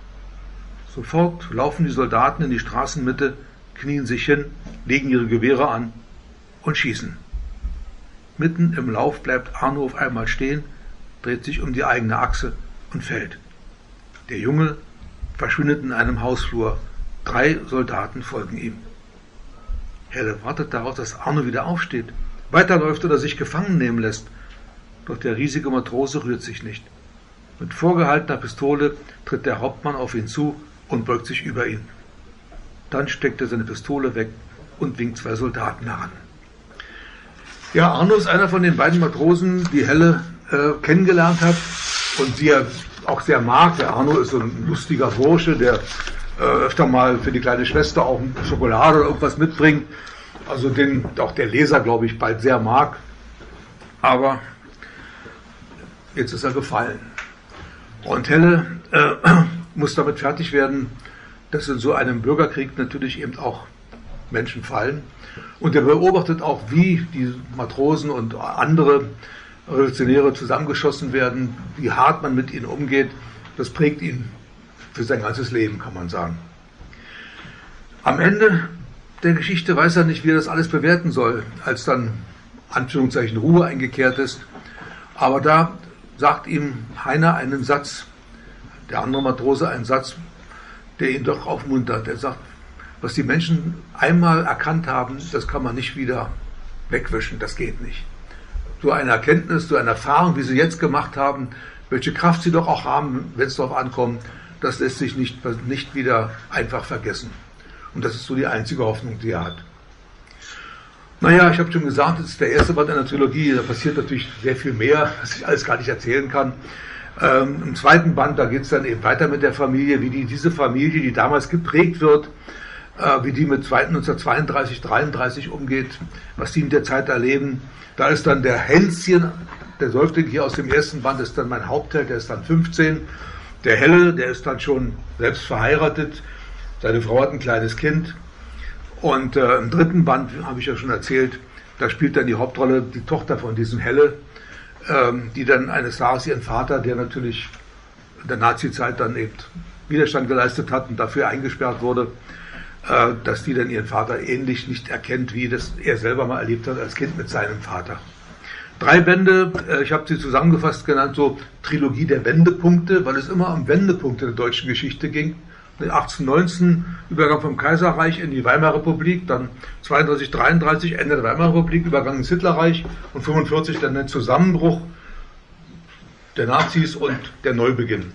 Sofort laufen die Soldaten in die Straßenmitte, knien sich hin, legen ihre Gewehre an und schießen. Mitten im Lauf bleibt Arno auf einmal stehen, dreht sich um die eigene Achse und fällt. Der Junge verschwindet in einem Hausflur. Drei Soldaten folgen ihm. Helle wartet darauf, dass Arno wieder aufsteht, weiterläuft oder sich gefangen nehmen lässt. Doch der riesige Matrose rührt sich nicht. Mit vorgehaltener Pistole tritt der Hauptmann auf ihn zu und beugt sich über ihn. Dann steckt er seine Pistole weg und winkt zwei Soldaten heran. Ja, Arno ist einer von den beiden Matrosen, die Helle äh, kennengelernt hat und die er auch sehr mag. Der Arno ist so ein lustiger Bursche, der äh, öfter mal für die kleine Schwester auch Schokolade oder irgendwas mitbringt. Also den auch der Leser, glaube ich, bald sehr mag. Aber jetzt ist er gefallen. Und Helle äh, muss damit fertig werden, dass in so einem Bürgerkrieg natürlich eben auch Menschen fallen. Und er beobachtet auch, wie die Matrosen und andere Revolutionäre zusammengeschossen werden, wie hart man mit ihnen umgeht. Das prägt ihn für sein ganzes Leben, kann man sagen. Am Ende der Geschichte weiß er nicht, wie er das alles bewerten soll, als dann Anführungszeichen Ruhe eingekehrt ist. Aber da sagt ihm Heiner einen Satz, der andere Matrose einen Satz, der ihn doch aufmuntert. Er sagt, was die Menschen einmal erkannt haben, das kann man nicht wieder wegwischen, das geht nicht. So eine Erkenntnis, so eine Erfahrung, wie sie jetzt gemacht haben, welche Kraft sie doch auch haben, wenn es darauf ankommt, das lässt sich nicht, nicht wieder einfach vergessen. Und das ist so die einzige Hoffnung, die er hat. Naja, ich habe schon gesagt, das ist der erste Band einer Trilogie, da passiert natürlich sehr viel mehr, was ich alles gar nicht erzählen kann. Ähm, Im zweiten Band, da geht es dann eben weiter mit der Familie, wie die, diese Familie, die damals geprägt wird, äh, wie die mit neunzehnhundertzweiunddreißig, dreiunddreißig umgeht, was die in der Zeit erleben. Da ist dann der Hänschen, der Säugling hier aus dem ersten Band, ist dann mein Hauptheld, der ist dann fünfzehn. Der Helle, der ist dann schon selbst verheiratet, seine Frau hat ein kleines Kind. Und äh, im dritten Band, habe ich ja schon erzählt, da spielt dann die Hauptrolle die Tochter von diesem Helle, ähm, die dann eines Tages ihren Vater, der natürlich in der Nazi-Zeit dann eben Widerstand geleistet hat und dafür eingesperrt wurde, äh, dass die dann ihren Vater ähnlich nicht erkennt, wie das er selber mal erlebt hat als Kind mit seinem Vater. Drei Bände, äh, ich habe sie zusammengefasst genannt, so Trilogie der Wendepunkte, weil es immer um Wendepunkte der deutschen Geschichte ging. achtzehnhundertneunzehn, Übergang vom Kaiserreich in die Weimarer Republik, dann zweiunddreißig, dreiunddreißig, Ende der Weimarer Republik, Übergang ins Hitlerreich und fünfundvierzig dann der Zusammenbruch der Nazis und der Neubeginn.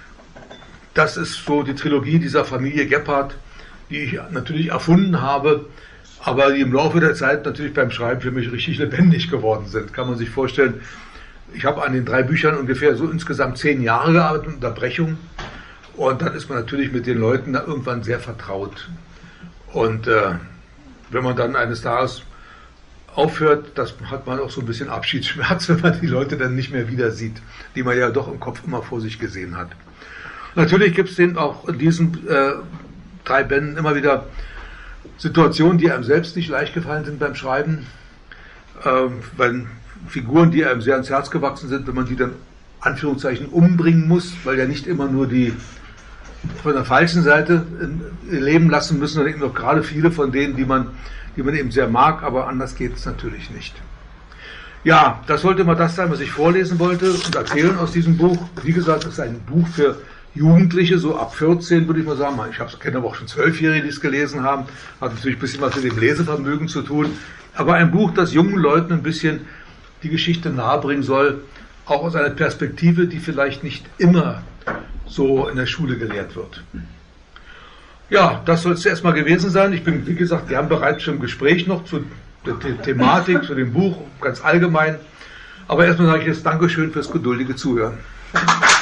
Das ist so die Trilogie dieser Familie Gebhardt, die ich natürlich erfunden habe, aber die im Laufe der Zeit natürlich beim Schreiben für mich richtig lebendig geworden sind. Kann man sich vorstellen, ich habe an den drei Büchern ungefähr so insgesamt zehn Jahre gearbeitet, mit Unterbrechung. Und dann ist man natürlich mit den Leuten da irgendwann sehr vertraut. Und äh, wenn man dann eines Tages aufhört, das hat man auch so ein bisschen Abschiedsschmerz, wenn man die Leute dann nicht mehr wieder sieht, die man ja doch im Kopf immer vor sich gesehen hat. Natürlich gibt es den auch in diesen äh, drei Bänden immer wieder Situationen, die einem selbst nicht leicht gefallen sind beim Schreiben, äh, weil Figuren, die einem sehr ans Herz gewachsen sind, wenn man die dann Anführungszeichen umbringen muss, weil ja nicht immer nur die von der falschen Seite leben lassen müssen, und eben noch gerade viele von denen, die man, die man eben sehr mag, aber anders geht es natürlich nicht. Ja, das sollte mal das sein, was ich vorlesen wollte und erzählen aus diesem Buch. Wie gesagt, es ist ein Buch für Jugendliche, so ab vierzehn würde ich mal sagen. Ich kenne aber auch schon Zwölfjährige, die es gelesen haben. Hat natürlich ein bisschen was mit dem Lesevermögen zu tun. Aber ein Buch, das jungen Leuten ein bisschen die Geschichte nahebringen soll, auch aus einer Perspektive, die vielleicht nicht immer so in der Schule gelehrt wird. Ja, das soll es erstmal gewesen sein. Ich bin, wie gesagt, wir haben bereits schon ein Gespräch noch zu der The- Thematik, zu dem Buch, ganz allgemein. Aber erstmal sage ich jetzt Dankeschön fürs geduldige Zuhören.